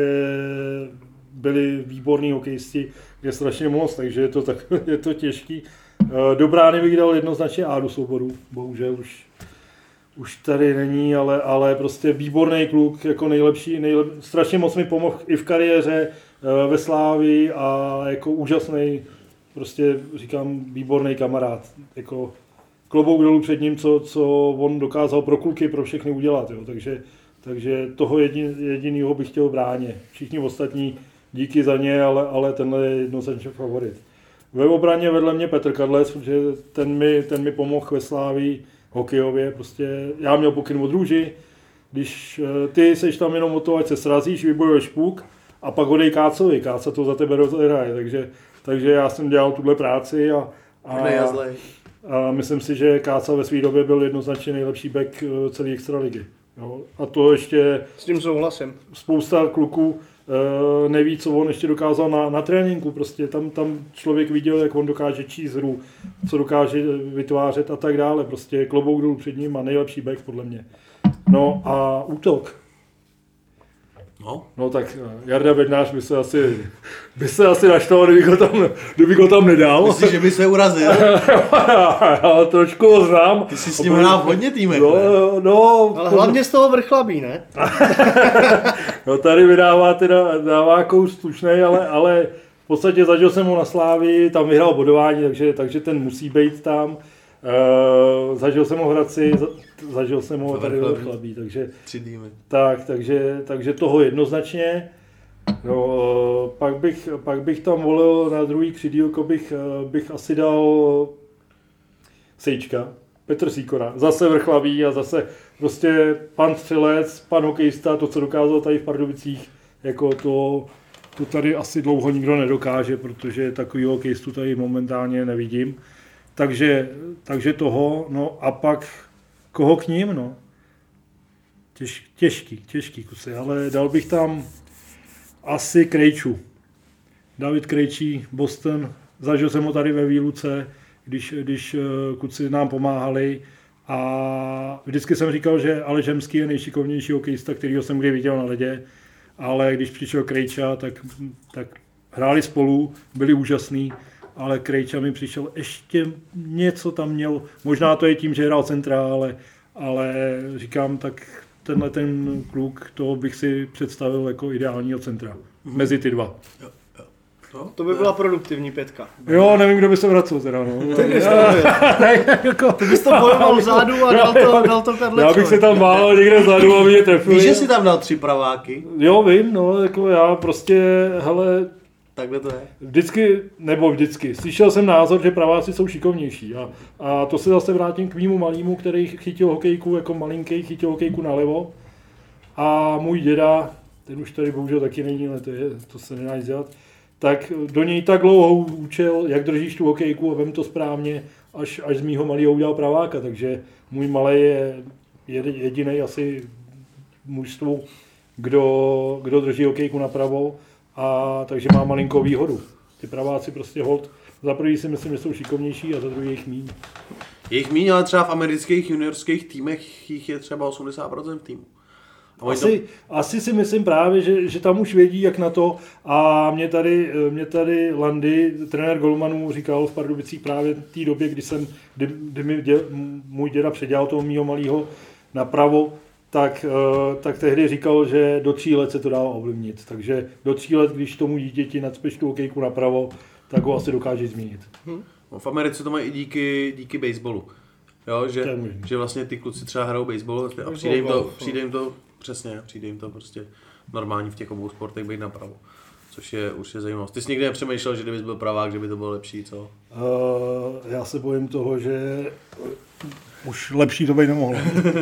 byli výborní hokejisti, je strašně moc, takže je to těžký. Do brány bych dal jednoznačně Ádu Svobodu, bohužel už tady není, ale prostě výborný kluk, jako nejlepší, strašně moc mi pomohl i v kariéře, ve Slávii a jako úžasný, prostě říkám, výborný kamarád, jako klobouk dolů před ním, co on dokázal pro kluky, pro všechny udělat, jo, takže toho jedinýho bych chtěl bránit. Všichni ostatní díky za ně, ale tenhle je jednoznačně favorit. Ve obraně vedle mě Petr Kadlec, protože ten mi pomohl ve Slávii hokejově. Prostě já měl pokyn od Růži, když ty seš tam jenom o to, ať se srazíš, vybojuješ puk a pak hodej Kácovi. Káca to za tebe rozhraje, takže já jsem dělal tuhle práci a myslím si, že Káca ve své době byl jednoznačně nejlepší back celé extraligy. Jo? A to ještě s tím souhlasím. Spousta kluků neví, co on ještě dokázal na tréninku. Prostě tam člověk viděl, jak on dokáže číst hru, co dokáže vytvářet a tak dále. Prostě klobouk dolů před ním a nejlepší back podle mě. No a útok. No tak Jarda Bednář by se asi naštval, kdybych ho tam nedal. Myslíš, že by se urazil? Já trošku ho znám. Ty jsi s ním hrál v hodně týmech, no, ale hlavně z toho vrchlabí, ne? No tady dává kous slušnej, ale v podstatě zažil jsem ho na Slávii, tam vyhrál bodování, takže ten musí být tam. Zažil jsem ho v Hradci, zažil jsem ho tady ve Chlabí, takže, takže toho jednoznačně. No, pak bych tam volil na druhý křídílko, bych asi dal Sejčka, Petr Sýkora, zase vrchlavý a zase prostě pan střelec, pan hokejista, to, co dokázal tady v Pardubicích, jako to tady asi dlouho nikdo nedokáže, protože takový hokejistu tady momentálně nevidím. Takže toho, no a pak koho k ním, no. Těžký kusy, ale dal bych tam asi Krejču. David Krejčí, Boston, zažil jsem ho tady ve Výluce, když kluci nám pomáhali a vždycky jsem říkal, že Aleš Hemský je nejšikovnější hokejista, kterýho jsem kdy viděl na ledě, ale když přišel Krejča, tak hráli spolu, byli úžasný, ale Krejča mi přišel ještě něco tam měl, možná to je tím, že hrál centra, ale říkám, tak tenhle ten kluk, toho bych si představil jako ideálního centra, mezi ty dva. To by byla produktivní 5. Jo, nevím, kdo by se vracel teda, no. Ty bys to bojoval vzadu a dal to Karle. Já bych se tam bál někde vzadu a mě trefili. Víš, že jsi tam dal 3 praváky? Jo, vím, no, jako já prostě, hele... Takhle to je. Vždycky. Slyšel jsem názor, že praváci jsou šikovnější a to se zase vrátím k mému malýmu, který chytil hokejku jako malinký, chytil hokejku nalevo a můj děda, ten už tady bohužel taky není, ale to se nedá nic dělat, tak do něj tak dlouho učil, jak držíš tu hokejku a vem to správně, až z mýho malého udělal praváka, takže můj malej je jediný asi mužstvu, kdo drží hokejku napravo, a takže má malinkou výhodu. Ty praváci prostě hold, za prvý si myslím, že jsou šikovnější a za druhý jich míň. Jejich míň, ale třeba v amerických juniorských týmech jich je třeba 80% týmu. Asi si myslím právě, že tam už vědí, jak na to a mě tady Landy, trenér golmanů, říkal v Pardubicích právě v té době, kdy mi můj děda předělal toho mýho malého napravo, tak tehdy říkal, že do 3 let se to dá ovlivnit. Takže do 3 let, když tomu dítěti nacpeš tu hokejku napravo, tak ho asi dokáže změnit. V Americe to mají i díky baseballu. Jo, že vlastně ty kluci třeba hrajou baseball a přijde jim to prostě normální v těch obou sportech být napravo. Což je určitě zajímavé. Ty jsi nikdy nepřemýšlel, že kdybys byl pravák, že by to bylo lepší, co? Já se bojím toho, že už lepší to být nemohlo.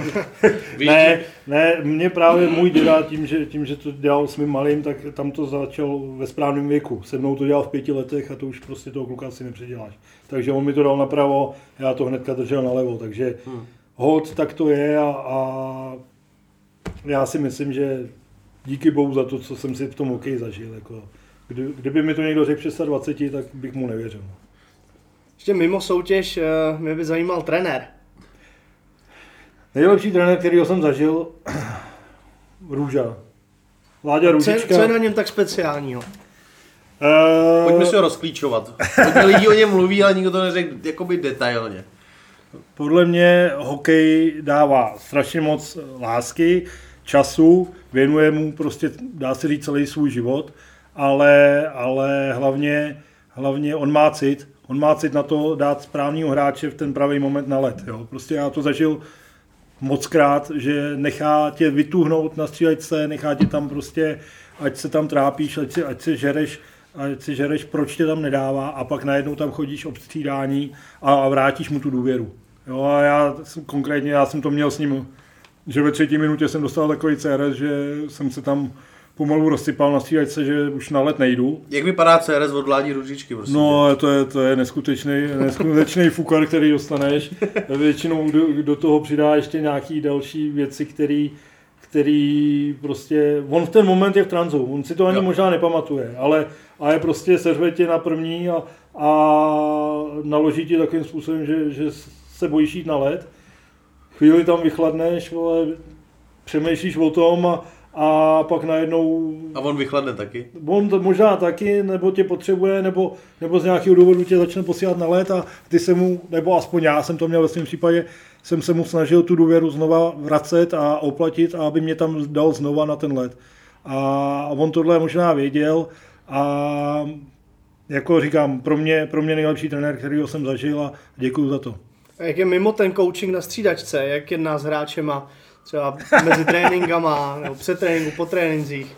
ne, mě právě můj děda tím, že to dělal s mým malým, tak tam to začal ve správném věku. Se mnou to dělal v 5 letech a to už prostě toho kluka si nepředěláš. Takže on mi to dal napravo, já to hnedka držel nalevo, takže hold, tak to je a já si myslím, že díky bohu za to, co jsem si v tom hokeji zažil. Jako, kdyby mi to někdo řekl přes 20, tak bych mu nevěřil. Ještě mimo soutěž mě by zajímal trenér. Nejlepší trenér, kterýho jsem zažil, Růža. Láďa Růžička. Co je na něm tak speciálního? Pojďme si ho rozklíčovat. Hodně lidí o něm mluví, ale nikdo to neřekl jakoby detailně. Podle mě hokej dává strašně moc lásky, času, věnuje mu prostě, dá se říct, celý svůj život, ale hlavně on má cit. On má cit na to dát správného hráče v ten pravý moment na led. Jo. Prostě já to zažil mockrát, že nechá tě vytuhnout na střílečce, nechá tě tam prostě, ať se tam trápíš, ať si žereš, proč tě tam nedává a pak najednou tam chodíš obstřídání a vrátíš mu tu důvěru. Jo, a já jsem to měl s ním, že ve 3. minutě jsem dostal takový CRS, že jsem se tam pomalu rozsypal na střílečce, že už na led nejdu. Jak vypadá CRS od Vládi Růžičky? Prostě? No, to je neskutečný fukar, který dostaneš. Většinou do toho přidá ještě nějaký další věci, který prostě, on v ten moment je v tranzu, on si to ani možná nepamatuje, ale prostě seřve tě na první a naloží ti takovým způsobem, že se bojíš jít na led. Chvíli tam vychladneš, ale přemýšlíš o tom a pak najednou... A on vychladne taky? On možná taky, nebo tě potřebuje, nebo z nějakého důvodu tě začne posílat na led a ty se mu, nebo aspoň já jsem to měl ve svém případě, jsem se mu snažil tu důvěru znova vracet a oplatit, a aby mě tam dal znova na ten led. A on tohle možná věděl a jako říkám, pro mě nejlepší trenér, kterýho jsem zažil, a děkuju za to. Jak je mimo ten coaching na střídačce, jak jedná s hráčema třeba mezi tréninkama, nebo před tréninku, po trénincích?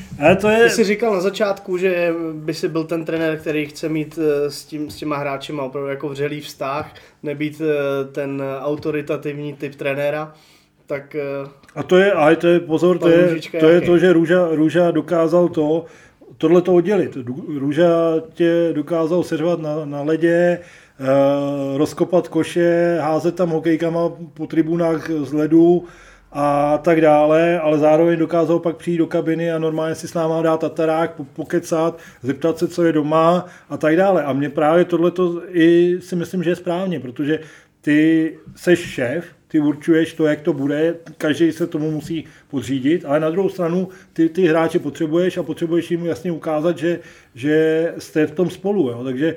Ty jsi říkal na začátku, že by si byl ten trenér, který chce mít s těma hráčema opravdu jako vřelý vztah, nebýt ten autoritativní typ trenéra, tak... A to je pozor, to je to, že Růža dokázal tohle to oddělit. Růža tě dokázal seřvat na ledě, rozkopat koše, házet tam hokejkama po tribunách z ledu a tak dále, ale zároveň dokázal pak přijít do kabiny a normálně si s náma dát tatarák, pokecat, zeptat se, co je doma a tak dále. A mě právě tohleto i si myslím, že je správně, protože ty seš šéf, ty určuješ to, jak to bude, každý se tomu musí podřídit, ale na druhou stranu ty hráče potřebuješ a potřebuješ jim jasně ukázat, že jste v tom spolu. Jo? Takže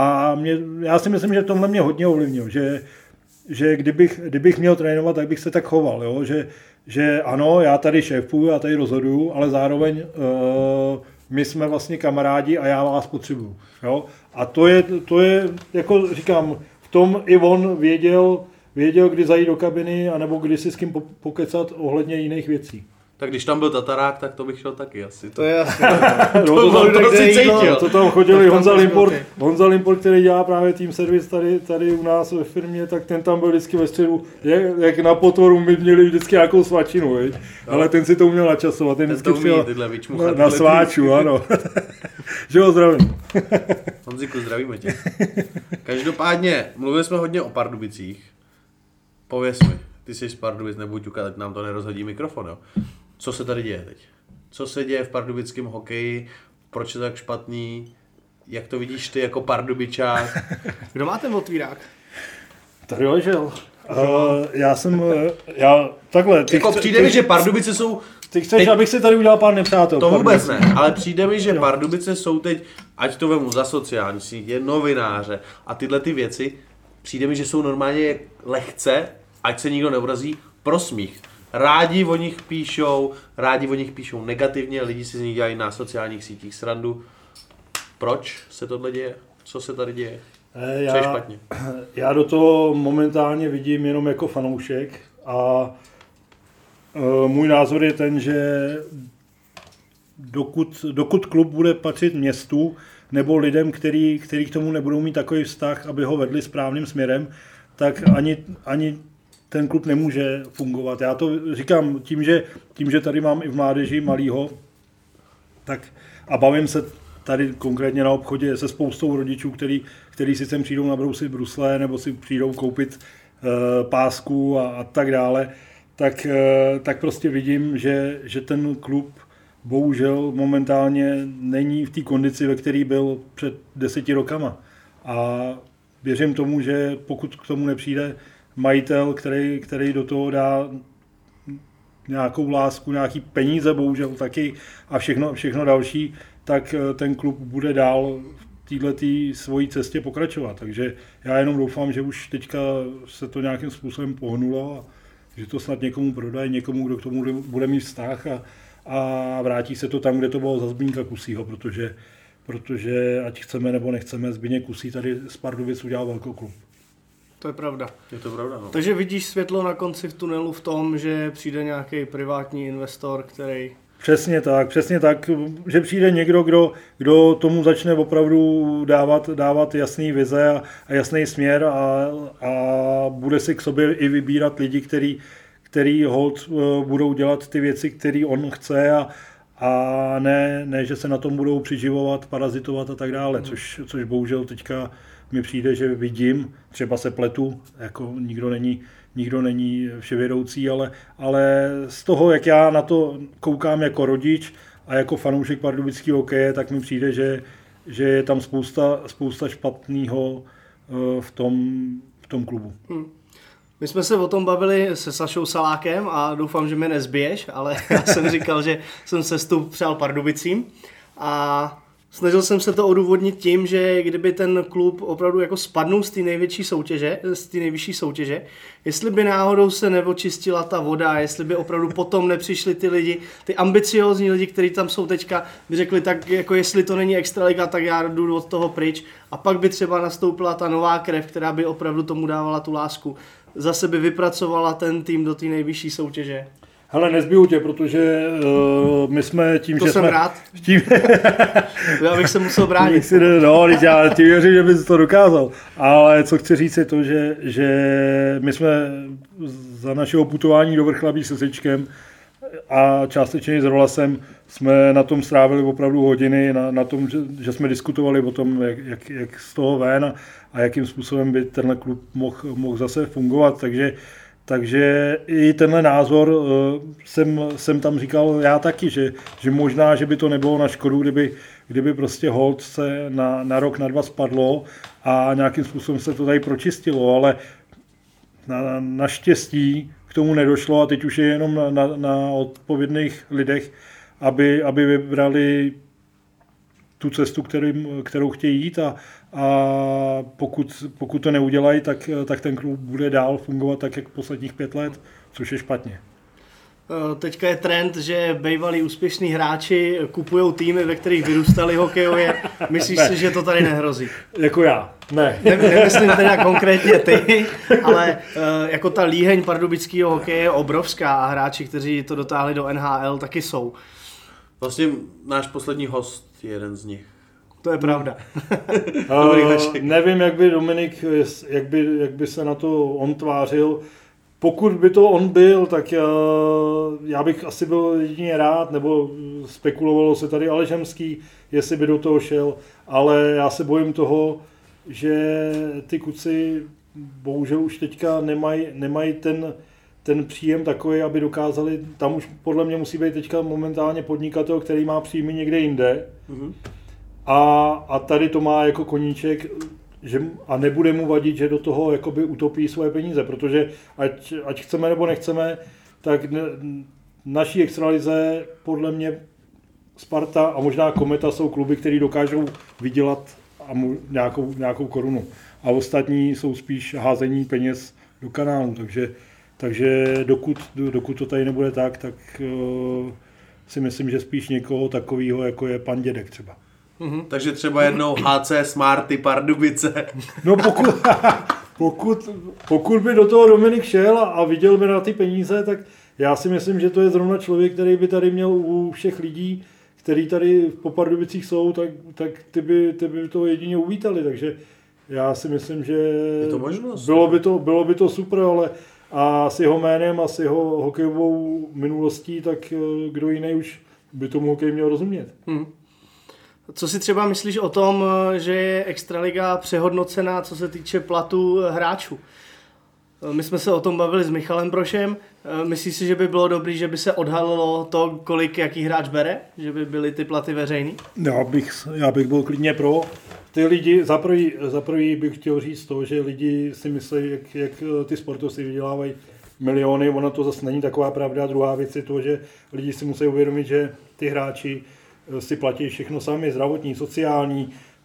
já si myslím, že tomhle mě hodně ovlivnil, že kdybych měl trénovat, tak bych se tak choval, jo? Že ano, já tady šéfuju, já tady rozhoduju, ale zároveň my jsme vlastně kamarádi a já vás potřebuju. Jo? A to je, jako říkám, v tom i on věděl, kdy zajít do kabiny, anebo kdy si s kým pokecat ohledně jiných věcí. Tak když tam byl tatarák, tak to bych šel taky asi. To je asi. to si cítil. To tam chodili Honza Limport, který dělá právě tým servis tady u nás ve firmě, tak ten tam byl vždycky ve středu, jak na potvoru my měli vždycky nějakou svačinu, viď? Ale ten si to uměl načasovat, ten vždycky přijel na sváču, ano. Že ho zdravím. Honziku, zdravíme tě. Každopádně, mluvili jsme hodně o Pardubicích. Pověz mi, ty jsi z Pardubic, nebuď ťukat, ať nám to nerozhodí mikrofon, jo. Co se tady děje teď? Co se děje v pardubickém hokeji? Proč je tak špatný? Jak to vidíš ty jako Pardubičák? Kdo má ten otvírák? Tady ležel. Takhle. Přijde mi, že Pardubice jsou... Ty chceš, abych si tady udělal pár nepřátel. To vůbec ne, ale přijde mi, že Pardubice jsou teď, ať to vemu za sociální sítě, novináře a tyhle ty věci, přijde mi, že jsou normálně lehce, ať se nikdo neurazí, pro smích. Rádi o nich píšou negativně, lidi si z nich dělají na sociálních sítích srandu. Proč se tohle děje? Co se tady děje? Co je špatně? Já do toho momentálně vidím jenom jako fanoušek a můj názor je ten, že dokud klub bude patřit městu nebo lidem, který k tomu nebudou mít takový vztah, aby ho vedli správným směrem, tak ani ten klub nemůže fungovat. Já to říkám tím, že tady mám i v mládeži malýho, tak a bavím se tady konkrétně na obchodě se spoustou rodičů, který si sem přijdou nabrousit brusle nebo si přijdou koupit pásku a tak dále, tak prostě vidím, že ten klub bohužel momentálně není v té kondici, ve které byl před 10 rokama. A věřím tomu, že pokud k tomu nepřijde majitel, který do toho dá nějakou lásku, nějaký peníze, bohužel taky a všechno další, tak ten klub bude dál v této svojí cestě pokračovat. Takže já jenom doufám, že už teďka se to nějakým způsobem pohnulo a že to snad někomu prodají, někomu, kdo k tomu bude mít vztah a vrátí se to tam, kde to bylo za Zbínka Kusího, protože ať chceme nebo nechceme, Zbíněk Kusí tady z Pardubic udělal velkou klub. To je pravda. Je to pravda, no. Takže vidíš světlo na konci v tunelu v tom, že přijde nějaký privátní investor, který... Přesně tak, že přijde někdo, kdo tomu začne opravdu dávat jasný vize a jasný směr a bude si k sobě i vybírat lidi, který holt budou dělat ty věci, které on chce a ne, že se na tom budou přiživovat, parazitovat a tak dále, což bohužel teďka mi přijde, že vidím, třeba se pletu, jako nikdo není vševědoucí, ale z toho, jak já na to koukám jako rodič a jako fanoušek pardubického hokeje, tak mi přijde, že je tam spousta špatného v tom klubu. My jsme se o tom bavili se Sašou Salákem a doufám, že mě nezbiješ, ale já jsem říkal, že jsem sestup přál Pardubicím a Snažil jsem se to odůvodnit tím, že kdyby ten klub opravdu jako spadnul z té nejvyšší soutěže, jestli by náhodou se neočistila ta voda, jestli by opravdu potom nepřišli ty lidi, ty ambiciózní lidi, kteří tam jsou teďka, by řekli tak, jako jestli to není extraliga, tak já jdu od toho pryč a pak by třeba nastoupila ta nová krev, která by opravdu tomu dávala tu lásku. Zase by vypracovala ten tým do té nejvyšší soutěže. Hele, nezbiju tě, protože my jsme tím, to že jsem jsme... rád. Tím... Já bych se musel bránit. No, já ti věřím, že bys to dokázal. Ale co chci říct je to, že my jsme za našeho putování do Vrchlabí se Sečkem a částečně s Rolasem jsme na tom strávili opravdu hodiny, na tom, že jsme diskutovali o tom, jak z toho ven a jakým způsobem by tenhle klub mohl zase fungovat. Takže i tenhle názor jsem tam říkal já taky, že možná, že by to nebylo na škodu, kdyby prostě hold se na rok, na 2 spadlo a nějakým způsobem se to tady pročistilo, ale naštěstí k tomu nedošlo a teď už je jenom na odpovědných lidech, aby vybrali tu cestu, kterou chtějí jít a pokud to neudělají, tak ten klub bude dál fungovat tak, jak posledních 5 let, což je špatně. Teďka je trend, že bývalí úspěšní hráči kupují týmy, ve kterých vyrůstali hokejově. Myslíš si, že to tady nehrozí? Jako já, ne. Nemyslím teda konkrétně ty, ale jako ta líheň pardubického hokeje je obrovská a hráči, kteří to dotáhli do NHL, taky jsou. Vlastně náš poslední host je jeden z nich. To je pravda. Nevím, jak by Dominik, jak by se na to on tvářil. Pokud by to on byl, tak já bych asi byl jedině rád, nebo spekulovalo se tady Alžemský, jestli by do toho šel, ale já se bojím toho, že ty kluci bohužel už teďka nemají ten příjem takový, aby dokázali, tam už podle mě musí být teďka momentálně podnikatel, který má příjmy někde jinde. Mm-hmm. A tady to má jako koníček, a nebude mu vadit, že do toho jakoby utopí svoje peníze, protože ať chceme nebo nechceme, tak naší extralize podle mě Sparta a možná Kometa jsou kluby, které dokážou vydělat nějakou korunu. A ostatní jsou spíš házení peněz do kanálu, takže dokud to tady nebude tak si myslím, že spíš někoho takového, jako je pan Dědek třeba. Mm-hmm. Takže třeba jednou HC Smarty Pardubice. No pokud by do toho Dominik šel a viděl by na ty peníze, tak já si myslím, že to je zrovna člověk, který by tady měl u všech lidí, který tady po Pardubicích jsou, tak ty by to jedině uvítali, takže já si myslím, že je to možnost. Bylo by to super, ale a s jeho jménem a s jeho hokejovou minulostí, tak kdo jiný už by tomu hokej měl rozumět. Co si třeba myslíš o tom, že je extraliga přehodnocená, co se týče platu hráčů? My jsme se o tom bavili s Michalem Brošem. Myslíš si, že by bylo dobré, že by se odhalilo to, kolik jaký hráč bere? Že by byly ty platy veřejný? Já bych byl klidně pro. Ty lidi, za prvý bych chtěl říct to, že lidi si myslí, jak ty sportovci vydělávají miliony, ono to zase není taková pravda. Druhá věc je to, že lidi si musí uvědomit, že ty hráči si platí všechno sami, zdravotní, sociální,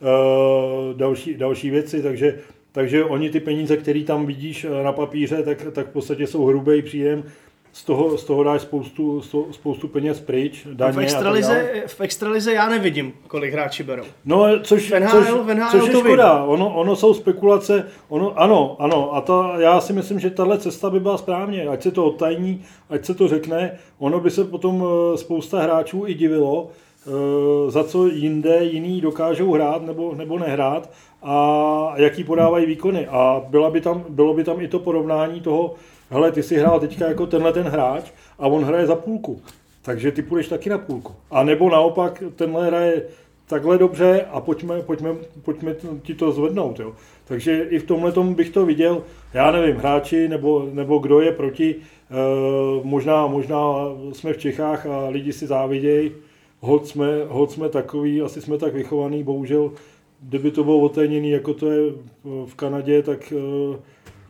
další věci, takže oni ty peníze, které tam vidíš na papíře, tak v podstatě jsou hrubý příjem, z toho dáš spoustu peněz pryč, daně v extralize já nevidím, kolik hráči berou. No, což je škoda, ono jsou spekulace, ano, a já si myslím, že tahle cesta by byla správně, ať se to odtajní, ať se to řekne, ono by se potom spousta hráčů i divilo, za co jiný dokážou hrát nebo nehrát a jaký podávají výkony. A bylo by tam i to porovnání toho, hele, ty si hrál teďka jako tenhle ten hráč a on hraje za půlku, takže ty půjdeš taky na půlku. A nebo naopak, tenhle hraje takhle dobře a pojďme ti to zvednout. Jo. Takže i v tomhletom bych to viděl, já nevím, hráči nebo kdo je proti, možná jsme v Čechách a lidi si závidějí, hod jsme takový, asi jsme tak vychovaný, bohužel, kdyby to bylo otajněný, jako to je v Kanadě, tak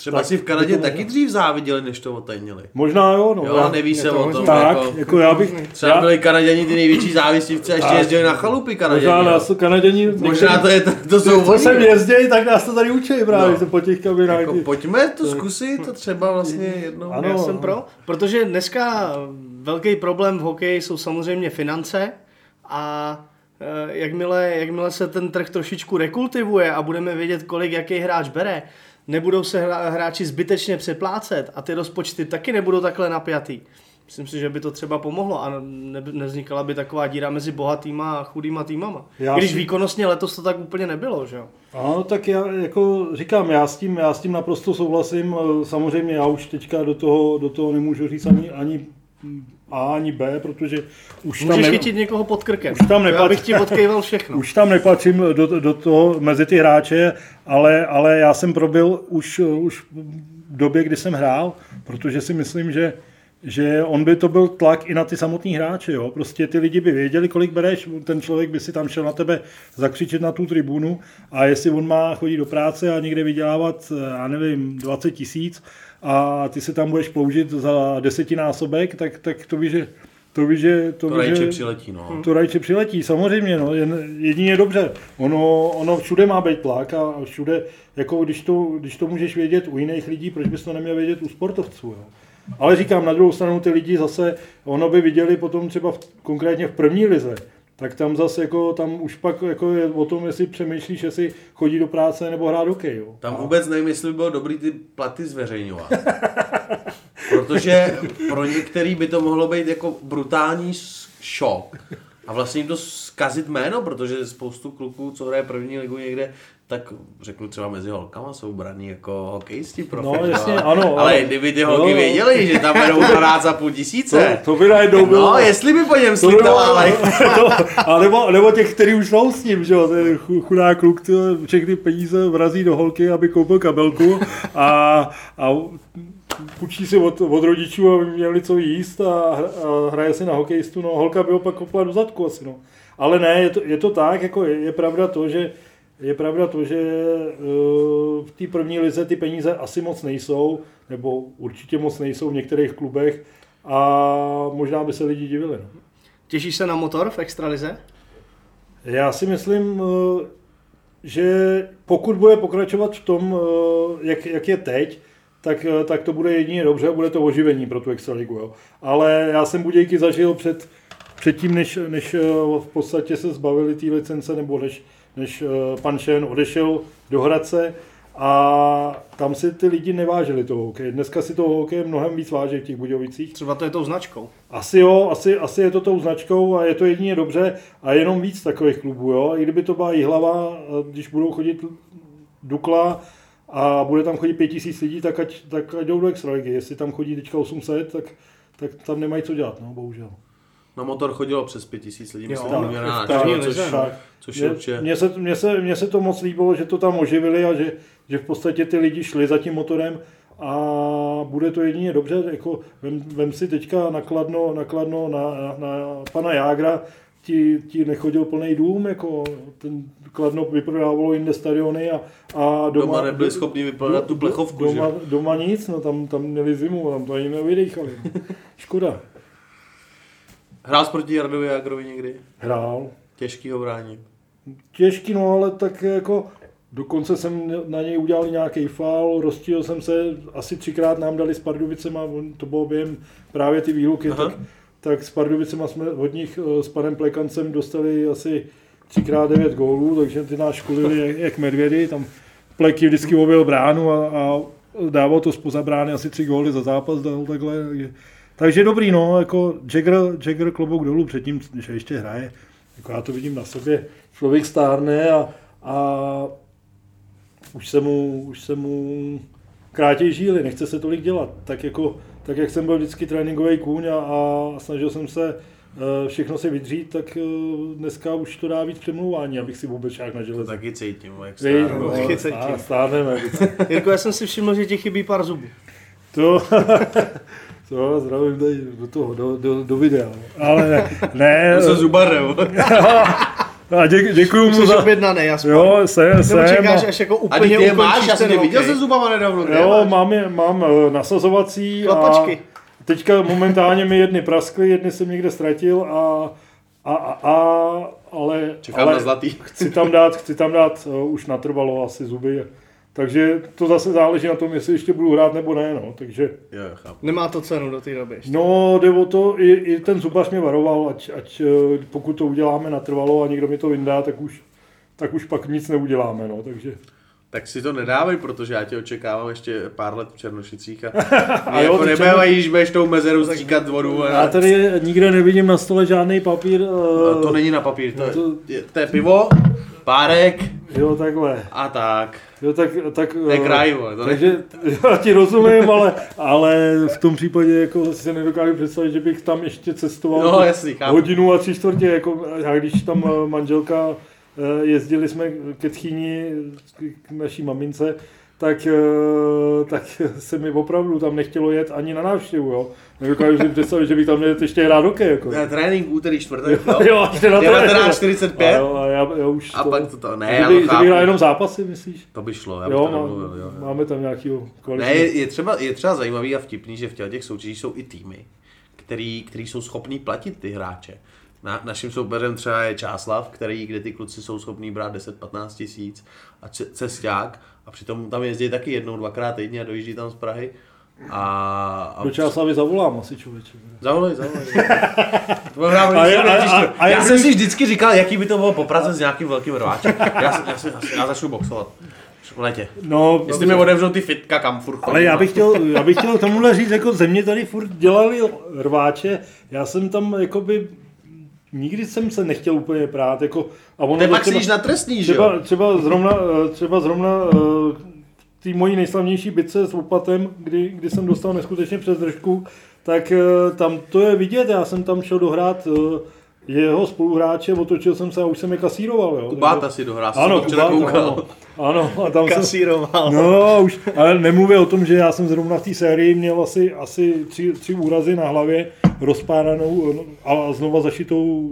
Třeba si v Kanadě taky dřív záviděli, než to otajnili. Možná jo, no. Jo, neví se o tom. Tak, jako já bych... Třeba byli Kanaděni ty největší závistivci a ještě jezdili na chalupy Kanaděni. Možná nás to Kanaděni... Možná to jsou co sem jezdí, tak nás to tady učí právě, po těch kabinách. Jako, pojďme to zkusit, to třeba vlastně jednou. Ano, já jsem pro, protože dneska velký problém v hokeji jsou samozřejmě finance a jakmile se ten trh trošičku rekultivuje a budeme vědět, kolik jaký hráč bere, nebudou se hráči zbytečně přeplácet a ty rozpočty taky nebudou takhle napjatý. Myslím si, že by to třeba pomohlo a nevznikala by taková díra mezi bohatýma a chudýma týmama. Když výkonnostně letos to tak úplně nebylo, že jo? Ano, tak já jako říkám, já s tím naprosto souhlasím. Samozřejmě já už teďka do toho nemůžu říct ani A, ani B, protože už můžeš chytit někoho pod krkem. Já bych ti odkejval všechno. Už tam nepatřím do toho mezi ty hráče, ale já jsem probil už v době, kdy jsem hrál, protože si myslím, že on by to byl tlak i na ty samotný hráče. Jo? Prostě ty lidi by věděli, kolik bereš, ten člověk by si tam šel na tebe zakřičet na tu tribunu a jestli on má chodit do práce a někde vydělávat, já nevím, 20 000 a ty se tam budeš ploužit za 10násobek, tak to víš, že to rajče přiletí, no. To rajče přiletí, samozřejmě, no, jedině dobře. Ono všude má být tlak a všude, jako když to můžeš vědět u jiných lidí, proč bys to neměl vědět u sportovců, jo? Ale říkám, na druhou stranu ty lidi zase, ono by viděli potom třeba konkrétně v první lize, tak tam zase jako, tam už pak jako je o tom, jestli přemýšlíš, jestli chodí do práce nebo hrát hokej. Jo. Tam vůbec nevím, jestli by bylo dobrý ty platy zveřejňovat. Protože pro některý by to mohlo být jako brutální šok. A vlastně jim to zkazit jméno, protože spoustu kluků, co hraje první ligu někde, tak řeknu třeba mezi holkama jsou braní jako hokejisti profesionální. No jasně, ano. Ale kdyby ty holky věděli, že tam berou 12 500. To by najednou bylo. No, jestli by po něm slitovali. Nebo těch, kteří už jsou s tím, že jo, ten chudá kluk všechny peníze vrazí do holky, aby koupil kabelku a půjčí si od rodičů, aby měli co jíst a hraje si na hokejistu, no holka by ho pak kopla do zadku asi, no. Ale ne, je to tak, jako je pravda to, že v té první lize ty peníze asi moc nejsou, nebo určitě moc nejsou v některých klubech a možná by se lidi divili. No. Těšíš se na Motor v extralize? Já si myslím, že pokud bude pokračovat v tom, jak je teď, tak to bude jedině dobře a bude to oživení pro tu extraligu. Jo. Ale já jsem Budějky zažil předtím, než v podstatě se zbavili té licence, nebo než pan Šen odešel do Hradce a tam si ty lidi nevážili toho hokeje. Dneska si toho hokeje mnohem víc váží v těch Budějovicích. Třeba to je tou značkou. Asi jo, asi je to tou značkou a je to jedině dobře a jenom víc takových klubů. Jo. I kdyby to byla Jihlava, když budou chodit Dukla a bude tam chodit 5000 lidí, tak ať jdou do extraligy. Jestli tam chodí teďka 800, tak tam nemají co dělat, no, bohužel. Na Motor chodilo přes 5000 lidí, myslím, což je určitě. Mně se to moc líbilo, že to tam oživili a že v podstatě ty lidi šli za tím Motorem a bude to jedině dobře. Jako, vem si teďka nakladno na pana Jágra, ti nechodil plný dům, jako ten Kladno vyprodávalo jinde stadiony a doma nebyli schopni vyprodat tu plechovku, doma nic, no tam měli zimu, tam to ani nevydechali. Škoda. Hrál jsi proti Jardovi Jágrovi někdy? Hrál. Těžký ho brání. Těžký, no ale tak jako dokonce jsem na něj udělal nějaký faul, rozčíl jsem se, asi 3krát nám dali s Pardubicema, to bylo během právě ty výluky, tak s Pardubicema jsme od nich s panem Plekancem dostali asi 3x9 gólů, takže ty nás školili jak medvědy, tam Pleky vždycky objel bránu a dával to zpoza brány, asi 3 góly za zápas dal takhle. Takže dobrý, no, jako Jagger klobouk dolů předtím, když ještě hraje, jako já to vidím na sobě, člověk stárne a už se mu krátěj žíly, nechce se tolik dělat, tak jak jsem byl vždycky tréninkový kůň a snažil jsem se všechno se vydřít, tak dneska už to dá víc přemlouvání, abych si vůbec šák na železe. Taky cítím, jak stárneme. Jirko, já jsem si všiml, že ti chybí pár zubů. To zdravím tady do toho, do videa. Ale ne. To se zubarem. A děkuju mu Jsi za... objednaný, aspoň. Jo, jsem. Nebo čekáš, až jako A úplně ty máš, já ukončíš jsem ten tě viděl hokej. se zubama nedávno. Jo, mám nasazovací Klapačky. a teďka momentálně mi jedny praskly, jedny jsem někde ztratil ale Čekám na zlatý. chci tam dát už natrvalo asi zuby. Takže to zase záleží na tom, jestli ještě budu hrát nebo ne, no, takže... Jo, chápu. Nemá to cenu do té doby ještě. No, jde o to, i ten zubař mě varoval, ať pokud to uděláme natrvalo a někdo mi to vyndá, tak už pak nic neuděláme, no, takže... Tak si to nedávej, protože já tě očekávám ještě pár let v Černošicích a A jako ty nebývají, že budeš tou mezeru stříkat vodu. Já tady nikde nevidím na stole žádný papír. To není na papír, to je pivo, párek Jo, takhle. a tak. Jo, tak To je kraj, vole, to takže já ti rozumím, ale v tom případě jako si nedokážu představit, že bych tam ještě cestoval No, jasný, chápu. hodinu a 3/4, jako já když tam manželka jezdili jsme ke tchýni, k naší mamince, tak se mi opravdu tam nechtělo jet ani na návštěvu, jo. Nedokážu si představit, že bych tam měl ještě hrát hokej, jako. Trénink úterý, čtvrtek, Jo, až na 19:45. A já už A pak to ne, že já by, to že chápu. bych hrál jenom zápasy, myslíš? To by šlo, já bych Jo, to domluvil, jo. máme tam nějakýho Ne, je třeba zajímavý a vtipný, že v těch soutěžích jsou i týmy, který jsou schopní platit ty hráče. Naším soupeřem třeba je Čáslav, kde ty kluci jsou schopní brát 10-15 tisíc a cesták a přitom tam jezdí taky jednou, dvakrát týdně a dojíždí tam z Prahy. Do Čáslavy zavolám asi, člověče. Zavolej. Já jsem si vždycky říkal, jaký by to bylo po Praze s nějakým velkým rváčem. Já začnu boxovat. V letě. No, jestli mi otevřou ty fitka, kam furt chodím. Ale já bych chtěl tomuhle říct, jako země tady furt dělali rváče, já jsem tam jakoby nikdy jsem se nechtěl úplně prát, jako a ono ty pak si na trestný, že jo? Třeba zrovna v té mojí nejslavnější bitce s Opatem, kdy jsem dostal neskutečně přes držku, tak tam to je vidět, já jsem tam šel dohrát jeho spoluhráče, otočil jsem se a už jsem je kasíroval, jo. Kubáta si dohrál, ano, Kubáta, ano, a tam kasíroval. No, už, ale nemluvě o tom, že já jsem zrovna v té sérii měl asi tři úrazy na hlavě, rozpáranou a znova zašitou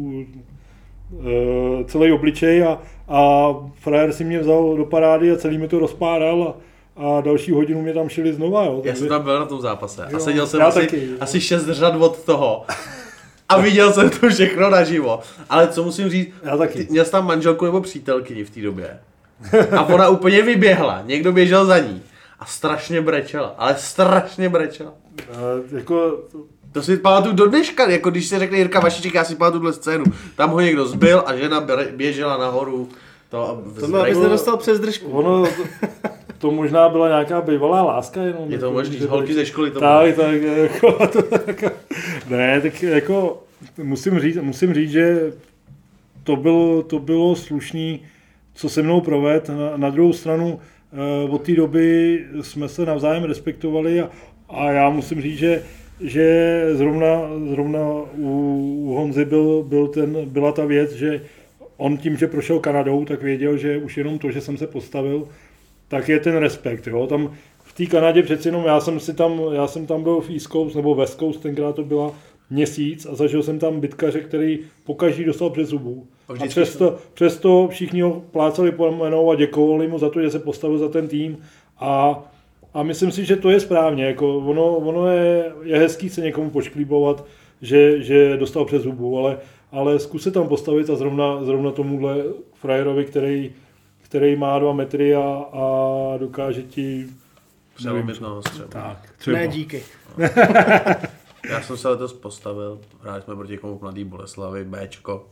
celý obličej a frajer si mě vzal do parády a celý mi to rozpáral a další hodinu mě tam šili znova, jo. Já jsem tam byl na tom zápase a jo, seděl jsem asi 6 řad od toho. A viděl jsem to všechno naživo. Ale co musím říct, měl jsi tam manželku nebo přítelkyni v té době. A ona úplně vyběhla, někdo běžel za ní. A strašně brečela, ale strašně brečela. To si pamatuju do dneška, jako když se řekne Jirka Vašiček, já si pamatuju tuhle scénu. Tam ho někdo zbil a žena běžela nahoru. To abys nedostal přes držku. Ono, to možná byla nějaká bývalá láska jenom. Je to možný, holky ze školy to tak jako, ne, tak jako musím říct, že to bylo slušný, co se mnou proved. Na druhou stranu od té doby jsme se navzájem respektovali a já musím říct, že zrovna u Honzy byla ta věc, že on tím, že prošel Kanadou, tak věděl, že už jenom to, že jsem se postavil, tak je ten respekt. Jo? Tam v té Kanadě přeci jenom já jsem tam byl v East Coast nebo West Coast, tenkrát to byla měsíc a zažil jsem tam bitkaře, který pokaždý dostal přes zubu. A přesto všichni ho plácali po jménou a děkovali mu za to, že se postavil za ten tým a myslím si, že to je správně. Jako ono je hezký se někomu pošklíbovat, že dostal přes zubu, ale zkus se tam postavit a zrovna tomuhle frajerovi, který má 2 metry a dokáže ti přelomit nohu třeba. Tak, třeba. Ne, díky. Já jsem se letos postavil, hráli jsme proti komu Mladý Boleslavi, Bčko.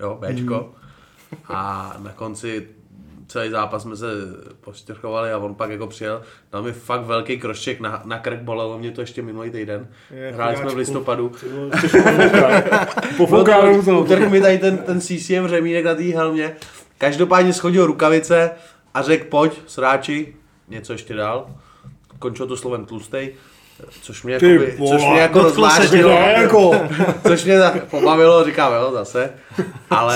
A na konci celý zápas jsme se poštěrkovali a on pak jako přijel, dal mi fakt velký krošček na krk, bolelo mě to ještě minulý týden. Hráli jsme v listopadu. Utrhl mi tady ten CCM řemínek na té helmě. Každopádně schodil rukavice a řekl pojď, sráči, něco ještě dál. Končil to slovem tlustej. Což mě jako rozváždilo, což mě pobavilo, říkám, jo, zase, ale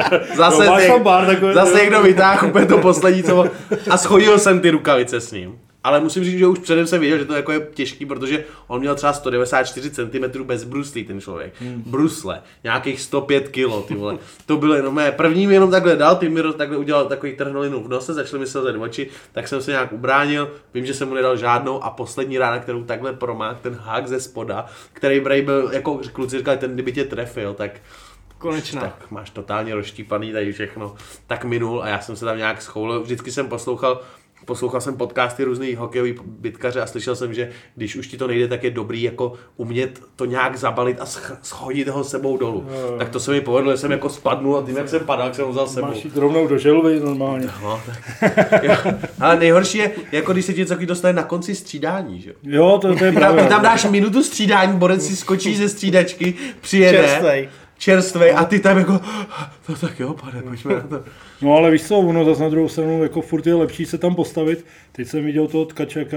zase někdo vytáhl úplně to poslední, co a schodil jsem ty rukavice s ním. Ale musím říct, že už předem jsem věděl, že to jako je těžký, protože on měl třeba 194 cm bez bruslí ten člověk. Brusle, nějakých 105 kg, ty vole. To bylo jenom mé. První mi jenom takhle dal, ty mi takhle udělal takový trhnolinu v nose, začaly mi slzet oči, tak jsem se nějak ubránil, vím, že jsem mu nedal žádnou a poslední rána, kterou takhle promáhl, ten hák ze spoda, který Bray byl, jako kluci říkali, ten kdyby tě trefil, tak Konečná. tak máš totálně rozštípaný tady všechno. Tak minul a já jsem se tam nějak schoulil. Vždycky jsem poslouchal jsem podcasty různých hokejových bitkaře a slyšel jsem, že když už ti to nejde, tak je dobrý jako umět to nějak zabalit a schodit ho sebou dolů. Tak to se mi povedlo, že jsem jako spadnul a tím, jak jsem padal, jsem ho vzal sebou. Máš jít rovnou do želvy normálně. No, tak. Jo. Ale nejhorší je, jako když se ti něco dostane na konci střídání, že? Jo, to je pravda. Ty tam dáš minutu střídání, borec si skočí ze střídačky, přijede. Čerstvej a ty tam jako, no tak jo, pane, pojďme na to. No ale víš co, ono zase na druhou stranu jako furt je lepší se tam postavit. Teď jsem viděl toho Tkačaka,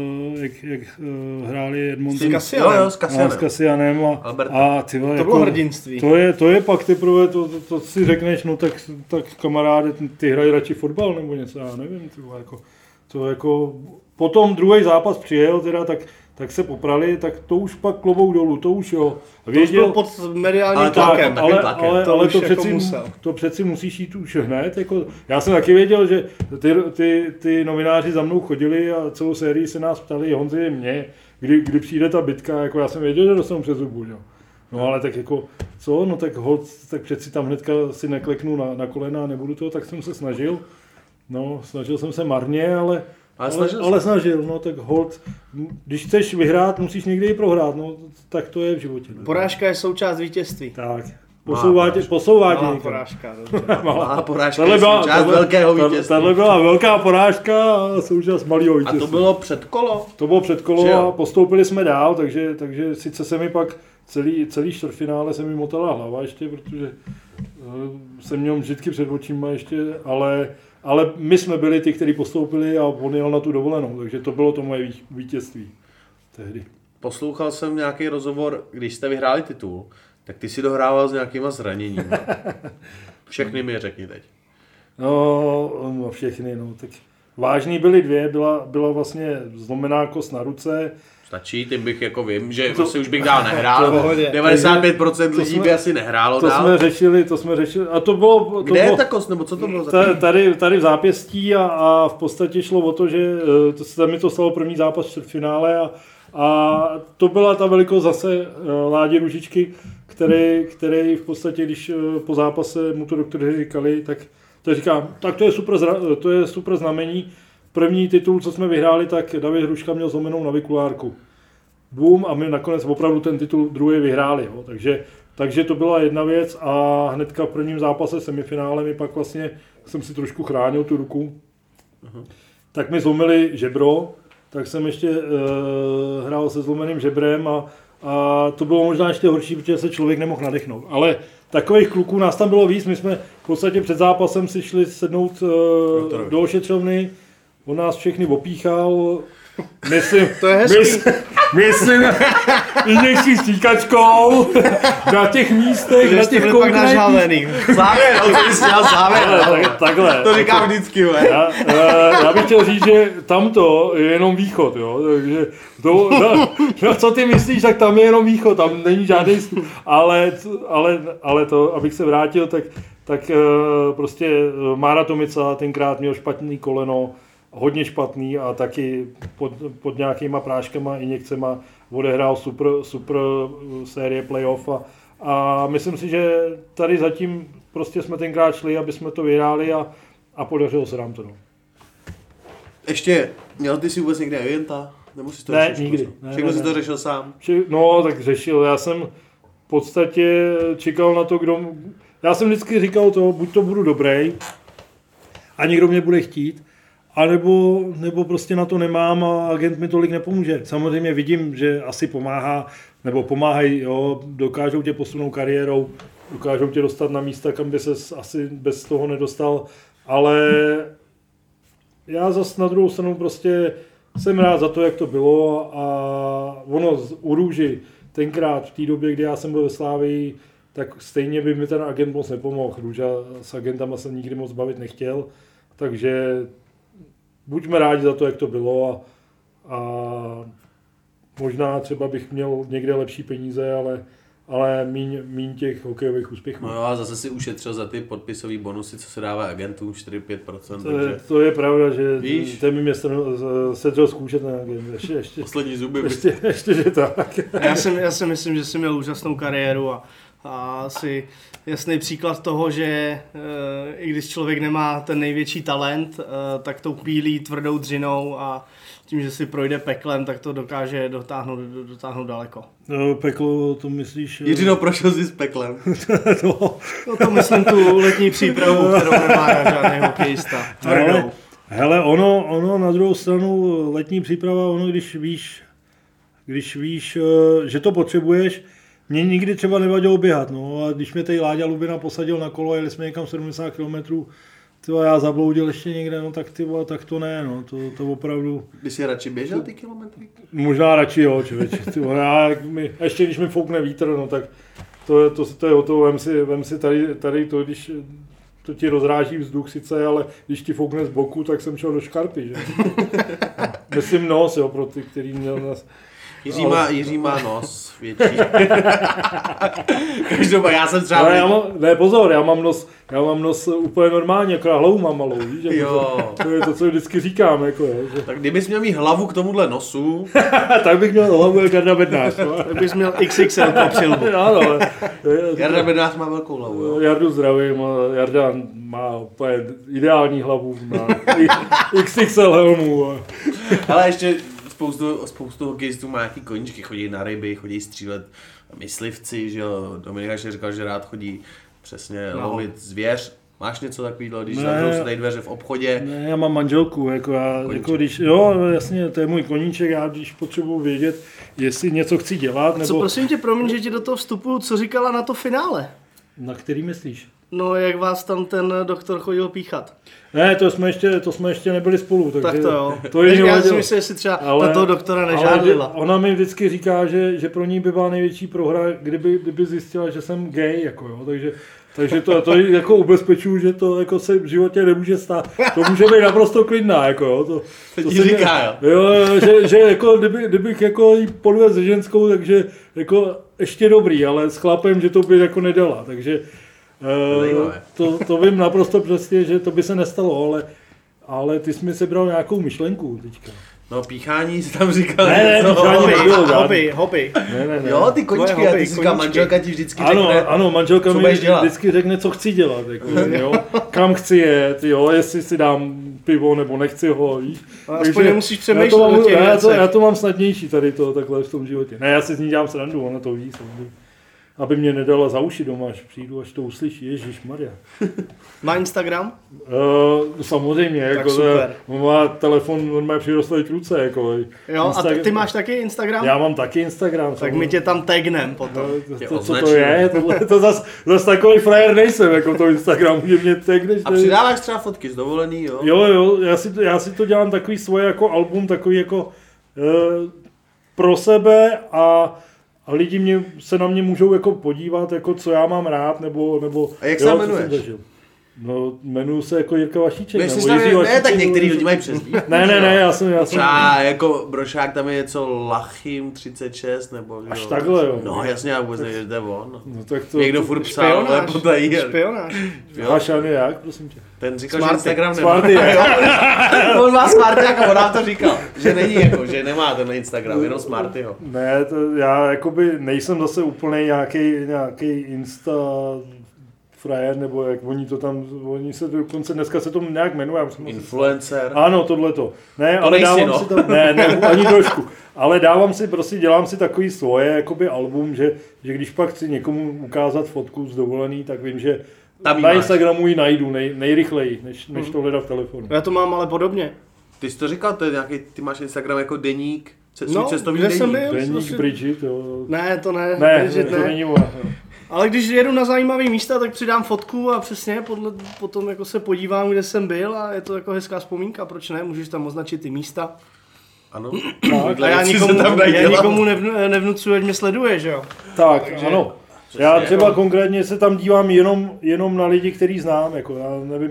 jak hráli Edmonton s Kassianem a ty vole, to jako, bylo hrdinství. To je pak teprve, to si řekneš, no tak kamaráde, ty hrají radši fotbal nebo něco, já nevím, ty vole, jako, to jako, potom druhý zápas přijel teda, tak se poprali, tak to už pak klobouk dolů, to už jo. Věděl, to pod mediálním tlakem. Ale to přeci musíš jít už hned. Jako, já jsem taky věděl, že ty novináři za mnou chodili a celou sérii se nás ptali, Honzi, mě, kdy přijde ta bitka, jako já jsem věděl, že dostanu přes zubu. Jo. No ale tak jako, co, no tak tak přeci tam hnedka si nekleknu na kolena a nebudu to, tak jsem se snažil. No, snažil jsem se marně, ale snažil, no tak hold, když chceš vyhrát, musíš někdy i prohrát, no tak to je v životě. Ne? Porážka je součást vítězství. Tak, posouvá tě. Malá porážka. Malá porážka je součást velkého vítězství. Tahle byla velká porážka a součást malého vítězství. A to bylo předkolo? To bylo předkolo a postoupili jsme dál, takže sice se mi pak celý čtvrtfinále se mi motala hlava ještě, protože jsem měl vždycky před očima ještě, ale my jsme byli ty, kteří postoupili a on jel na tu dovolenou, takže to bylo to moje vítězství tehdy. Poslouchal jsem nějaký rozhovor, když jste vyhráli titul, tak ty si dohrával s nějakýma zraněními. Všechny mi řekni teď. No všechny, no. Tak vážný byly dvě, byla vlastně zlomená kost na ruce. Stačí, tím bych jako vím, že asi už bych dál nehrál. 95% lidí by asi nehrálo dál. To jsme řešili. A to bylo... Kde je ta kost, nebo co to bylo za tady v zápěstí a v podstatě šlo o to, že se mi to stalo první zápas v čtvrtfinále a to byla ta velikost zase Ládi Růžičky, který v podstatě, když po zápase mu to doktoři říkali, tak to říkám, tak to je super znamení. První titul, co jsme vyhráli, tak David Hruška měl zlomenou navikulárku. Boom, a my nakonec opravdu ten titul druhý vyhráli. Jo. Takže to byla jedna věc a hnedka v prvním zápase semifinále mi pak vlastně jsem si trošku chránil tu ruku. Tak mi zlomili žebro, tak jsem ještě hrál se zlomeným žebrem a to bylo možná ještě horší, protože se člověk nemohl nadechnout. Ale takových kluků nás tam bylo víc, my jsme v podstatě před zápasem si šli sednout do ošetřovny, on nás všechny opíchal, myslím, to je hezký. Myslím injekční stříkačkou na těch místech, na těch konkrétních. Závěr, to jsi chtěl závěr. Takhle. To říkám vždycky, já bych chtěl říct, že tamto je jenom východ, jo, takže co ty myslíš, tak tam je jenom východ, tam není žádný, ale to, abych se vrátil, tak prostě Mára Tomica tenkrát měl špatný koleno, hodně špatný a taky pod nějakýma práškama, injekcema odehrál super série playoff a myslím si, že tady zatím prostě jsme tenkrát šli, aby jsme to vyhráli a podařilo se nám to. No. Ještě, měl ty si vůbec někde agenta? Nebo jsi to ne, nikdy. Všechno jsi to řešil sám? No, tak řešil. Já jsem v podstatě čekal na to, já jsem vždycky říkal to, buď to budu dobrý a někdo mě bude chtít, a nebo prostě na to nemám a agent mi tolik nepomůže. Samozřejmě vidím, že asi pomáhají, jo, dokážou tě posunout kariérou, dokážou tě dostat na místa, kam by ses asi bez toho nedostal, ale já zas na druhou stranu prostě jsem rád za to, jak to bylo a ono u Růži tenkrát v té době, kdy já jsem byl ve Slávii, tak stejně by mi ten agent moc nepomohl. Růža s agentama jsem nikdy moc bavit nechtěl, takže buďme rádi za to, jak to bylo a možná třeba bych měl někde lepší peníze, ale míň těch hokejových úspěchů. No jo, a zase si ušetřil za ty podpisové bonusy, co se dává agentům, 4-5%. To je pravda, že ten mi sedřel zkoušet na agent. Ještě, poslední zuby. Ještě, že tak. Já si myslím, že jsi měl úžasnou kariéru a asi jasný příklad toho, že i když člověk nemá ten největší talent, tak tou pílí tvrdou dřinou a tím, že si projde peklem, tak to dokáže dotáhnout daleko. No, peklo, to myslíš? Jiřino, prošel jsi s peklem. To myslím tu letní přípravu, kterou nemá žádný hokejista. Tvrdou. Hele, ono na druhou stranu letní příprava, když víš, že to potřebuješ, mě nikdy třeba nevadilo běhat, no a když mě tady Láďa Lubina posadil na kolo, jeli jsme někam 70 km, já zabloudil ještě někde, no tak to ne, no, to opravdu... Když jsi radši běžel ty kilometry? Možná radši jo, člověče, ještě když mi foukne vítr, no tak to je o to, vem si tady to, když to ti rozráží vzduch sice, ale když ti foukne z boku, tak jsem šel do škarpy, že? Myslím nos, jo, pro ty, který měl nás... Jiří má nos větší. Každopádně já jsem třeba... Pozor, já mám nos úplně normálně, jako hlavu mám malou, víš? Jo. To je to, co vždycky říkám, jako že... Tak kdybys měl mít hlavu k tomuhle nosu... tak bych měl hlavu jako Jarda Bednář. Tak bys měl XXL popřilbu. Ano, Jarda Bednář má velkou hlavu, jo. Jardu zdravím, Jarda má úplně ideální hlavu na XXL helmu. Ale ještě... Spoustu hokejistů má nějaký koníčky, chodí na ryby, chodí střílet myslivci, že jo, Dominik Hašer říkal, že rád chodí přesně lovit zvěř. Máš něco takového, když zavřou se tady dveře v obchodě? Ne, já mám manželku, jo, jasně, to je můj koníček, já když potřebuji vědět, jestli něco chci dělat, nebo... Co prosím tě, promiň, že ti do toho vstupuju, co říkala na to finále? Na který myslíš? No, jak vás tam ten doktor chodil píchat. Ne, to jsme ještě nebyli spolu. Takže tak to jo. To je já si myslím, jestli třeba toho doktora nežádlila. Ona mi vždycky říká, že pro ní by byla největší prohra, kdyby zjistila, že jsem gay, jako jo, takže to jako ubezpečuju, že to jako se v životě nemůže stát. To může být naprosto klidná, jako jo. To ti říká, jo. Že jako kdybych jako jí podvez se ženskou, takže jako ještě dobrý, ale s chlapem, že to by jako nedala, takže to vím naprosto přesně, že to by se nestalo, ale ty jsi mi sebral nějakou myšlenku teďka. No píchání jsi tam říkal. Ne, píchání nebylo. Hobby. Ne. Jo, ty koníčky, a ty jsi říkal, manželka ti vždycky řekne, ano, manželka mi vždycky řekne, co chci dělat, jako, jo, kam chci jet, jo, jestli si dám pivo nebo nechci ho, víš. Aspoň nemusíš přemýšlet o těch já to mám snadnější tady to takhle v tom životě. Ne, já si s ní dělám srandu, ona to ví, samozřejmě. Aby mě nedala za uši doma, až přijdu, až to uslyší, ježišmarja. Má Instagram? Samozřejmě, jako má telefon normálně přirostlý k ruce, jako. Jo, a ty máš taky Instagram? Já mám taky Instagram. Tak my tě tam tagnem potom. Co to je? To zas takový frajer nejsem, jako to Instagram, že mě tagneš. A přidáváš třeba fotky z dovolený, jo? Jo, já si to dělám takový svoje jako album, takový jako pro sebe a lidi se na mě můžou jako podívat, jako co já mám rád, nebo a jak se jmenuješ? No, jmenuji se jako Jirka Vašíček. Ne, tak některý lidi mají přezdívku. Ne, já jsem. Třeba jako brošák tam je něco Lachim 36, nebo... Až takhle, jo. No jasně, já vůbec nevím, že to je on. No, tak to, někdo furt psal, ale potají. Špionář. Hašany jak, prosím tě? Ten říkal, že Instagram nemá. On má Smarty, on nám to říkal. Že není jako, že nemá ten Instagram, jenom Smartyho. Ne, já jakoby nejsem zase úplně nějaký Insta... frajer, nebo jak oni se dokonce dneska se to nějak jmenuje. Influencer. Ano, tohleto. Ne, to ale nejsi, dávám si tam, ne, ani trošku. Ale dávám si, prostě dělám si takový svoje, jakoby album, že když pak chci někomu ukázat fotku z dovolený, tak vím, že na Instagramu ji najdu nejrychleji, než to hledat v telefonu. Já to mám ale podobně. Ty jsi to říkal, to je nějaký, ty máš Instagram jako deník, cestovní deník. Deník Bridget, jo. Ne, to ne. Bridget, to není ona. Ale když jedu na zajímavé místa, tak přidám fotku a přesně potom jako se podívám, kde jsem byl a je to jako hezká vzpomínka, proč ne, můžeš tam označit ty místa. Ano. Tak, a já nikomu nevnucuji, ať mě sleduje, že jo? Tak, takže, ano. Já třeba konkrétně se tam dívám jenom na lidi, který znám, jako já nevím,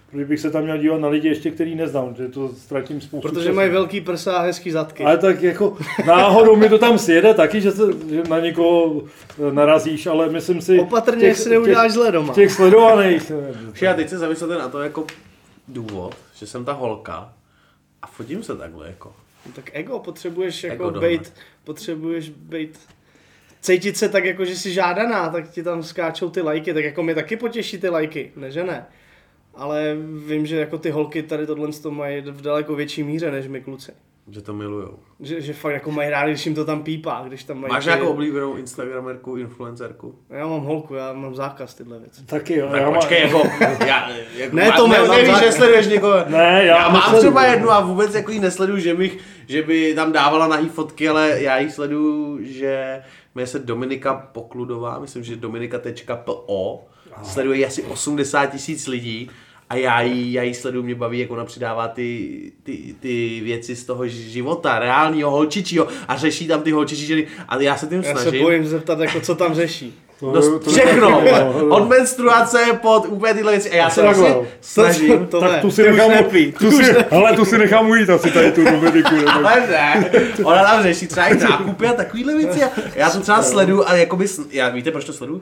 Proč bych se tam měl dívat na lidi ještě, který neznám, že to ztratím spoustu Protože času. mají velký prsa a hezký zadky. Ale tak jako náhodou mi to tam sjede taky, že na někoho narazíš, ale myslím si... Opatrně, jestli neuděláš zle doma. Těch sledovaných. Já teď se zamyslete na to jako důvod, že jsem ta holka a fotím se takhle jako. No, tak ego, potřebuješ jako Ego potřebuješ bejt, cítit se tak jako, že jsi žádaná, tak ti tam skáčou ty lajky, tak jako mě taky potěší ty lajky, ne že ne. Ale vím, že jako ty holky tady tohle to mají v daleko větší míře než my kluci. Že to milujou. Že fakt jako mají rádi, když jim to tam pípá, když tam mají... Máš nějakou oblíbenou instagramerku, influencerku? Já mám holku, já mám zákaz tyhle věci. Taky jo. Tak počkej, jako... Ne, to nevíš, že sleduješ někoho. Ne, já mám nesleduju. třeba jednu a vůbec jako jí nesleduju, že by tam dávala nahý fotky, ale já jí sleduju, že jmenuje se Dominika Pokludová, myslím, že dominika.po. Sleduje asi 80 000 lidí. A já jí sleduju, mě baví, jak ona přidává ty věci z toho života, reálního, holčičího a řeší tam ty holčičí ženy. A já se tím Já snažím. se bojím zeptat, jako co tam řeší. Všechno, od menstruace pod úplně tyhle věci. A já se vlastně snažím. Tak tu si nechám ujít. Tu si nechám ujít asi tady tu Dominiku. Ale ne, ona tam řeší třeba i nákupy a takovýhle věci. A já to třeba sleduju a jakoby, víte proč to sleduju?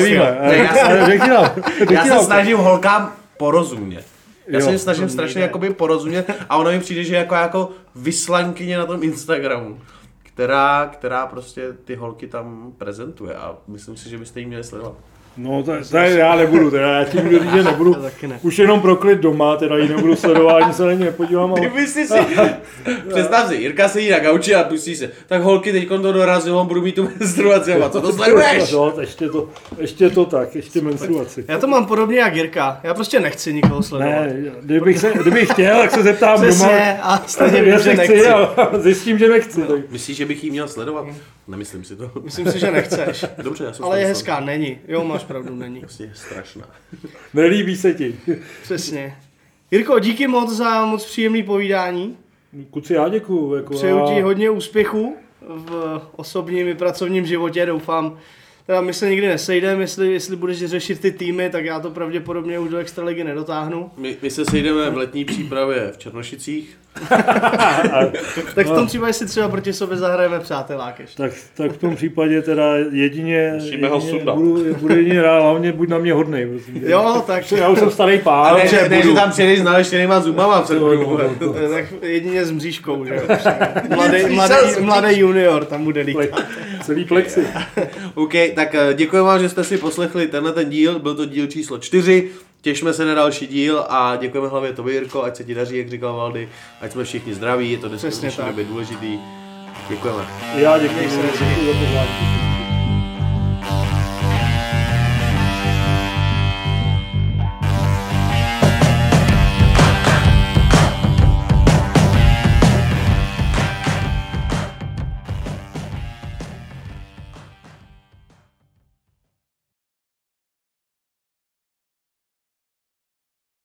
Já se snažím holkám porozumět. Já se jim snažím strašně jakoby porozumět a ono mi přijde, že jako vyslankyně na tom Instagramu, která prostě ty holky tam prezentuje a myslím si, že byste jí měli sledovat. No to já nebudu, já tím budu říct, že nebudu. Už jenom pro klid doma, teda ji nebudu sledovat, ani se na ní nepodívám. Ale... Představ si, Jirka sedí na gauči a pustí se. Tak holky, teď to dorazilo, budu mít tu menstruaci, a co to sleduješ? No, ještě to tak, ještě menstruaci. Já to mám podobně jak Jirka, já prostě nechci nikoho sledovat. Ne, kdybych chtěl, tak se zeptám přesně, doma. a stejně vím, že chci nechci. a zjistím, že nechci. Tak. Myslíš, že bych jí měl sledovat? Nemyslím si to. Myslím si, že nechceš. Dobře, já jsem ale je hezká, není. Jo, máš pravdu, není. Prostě je strašná. Nelíbí se ti. Přesně. Jirko, díky moc za moc příjemný povídání. Kuci, já děkuju. Jako přeju ti hodně úspěchu v osobním i pracovním životě, doufám. Teda my se nikdy nesejdeme, jestli budeš řešit ty týmy, tak já to pravděpodobně už do extraligy nedotáhnu. My se sejdeme v letní přípravě v Černošicích. Tak v tom případě si třeba proti sobě zahrajeme přátelák ještě. Tak v tom případě teda jedině budu jedině rád, hlavně buď na mě hodnej. Prosím. Jo, tak. Já už jsem starý pán. Ale ne, že tam přijdeš s naleštěnýma zubama před Tak jedině s mřížkou, že jo. Mladý junior, tam bude lítat. Celý plexy. OK, tak děkuji vám, že jste si poslechli ten díl, byl to díl číslo 4. Těšíme se na další díl a děkujeme hlavně tobě, Jirko, ať se ti daří, jak říkal Valdy, ať jsme všichni zdraví, je to dnes v dnešní době důležitý. Děkujeme. Já děkuji za pozvání.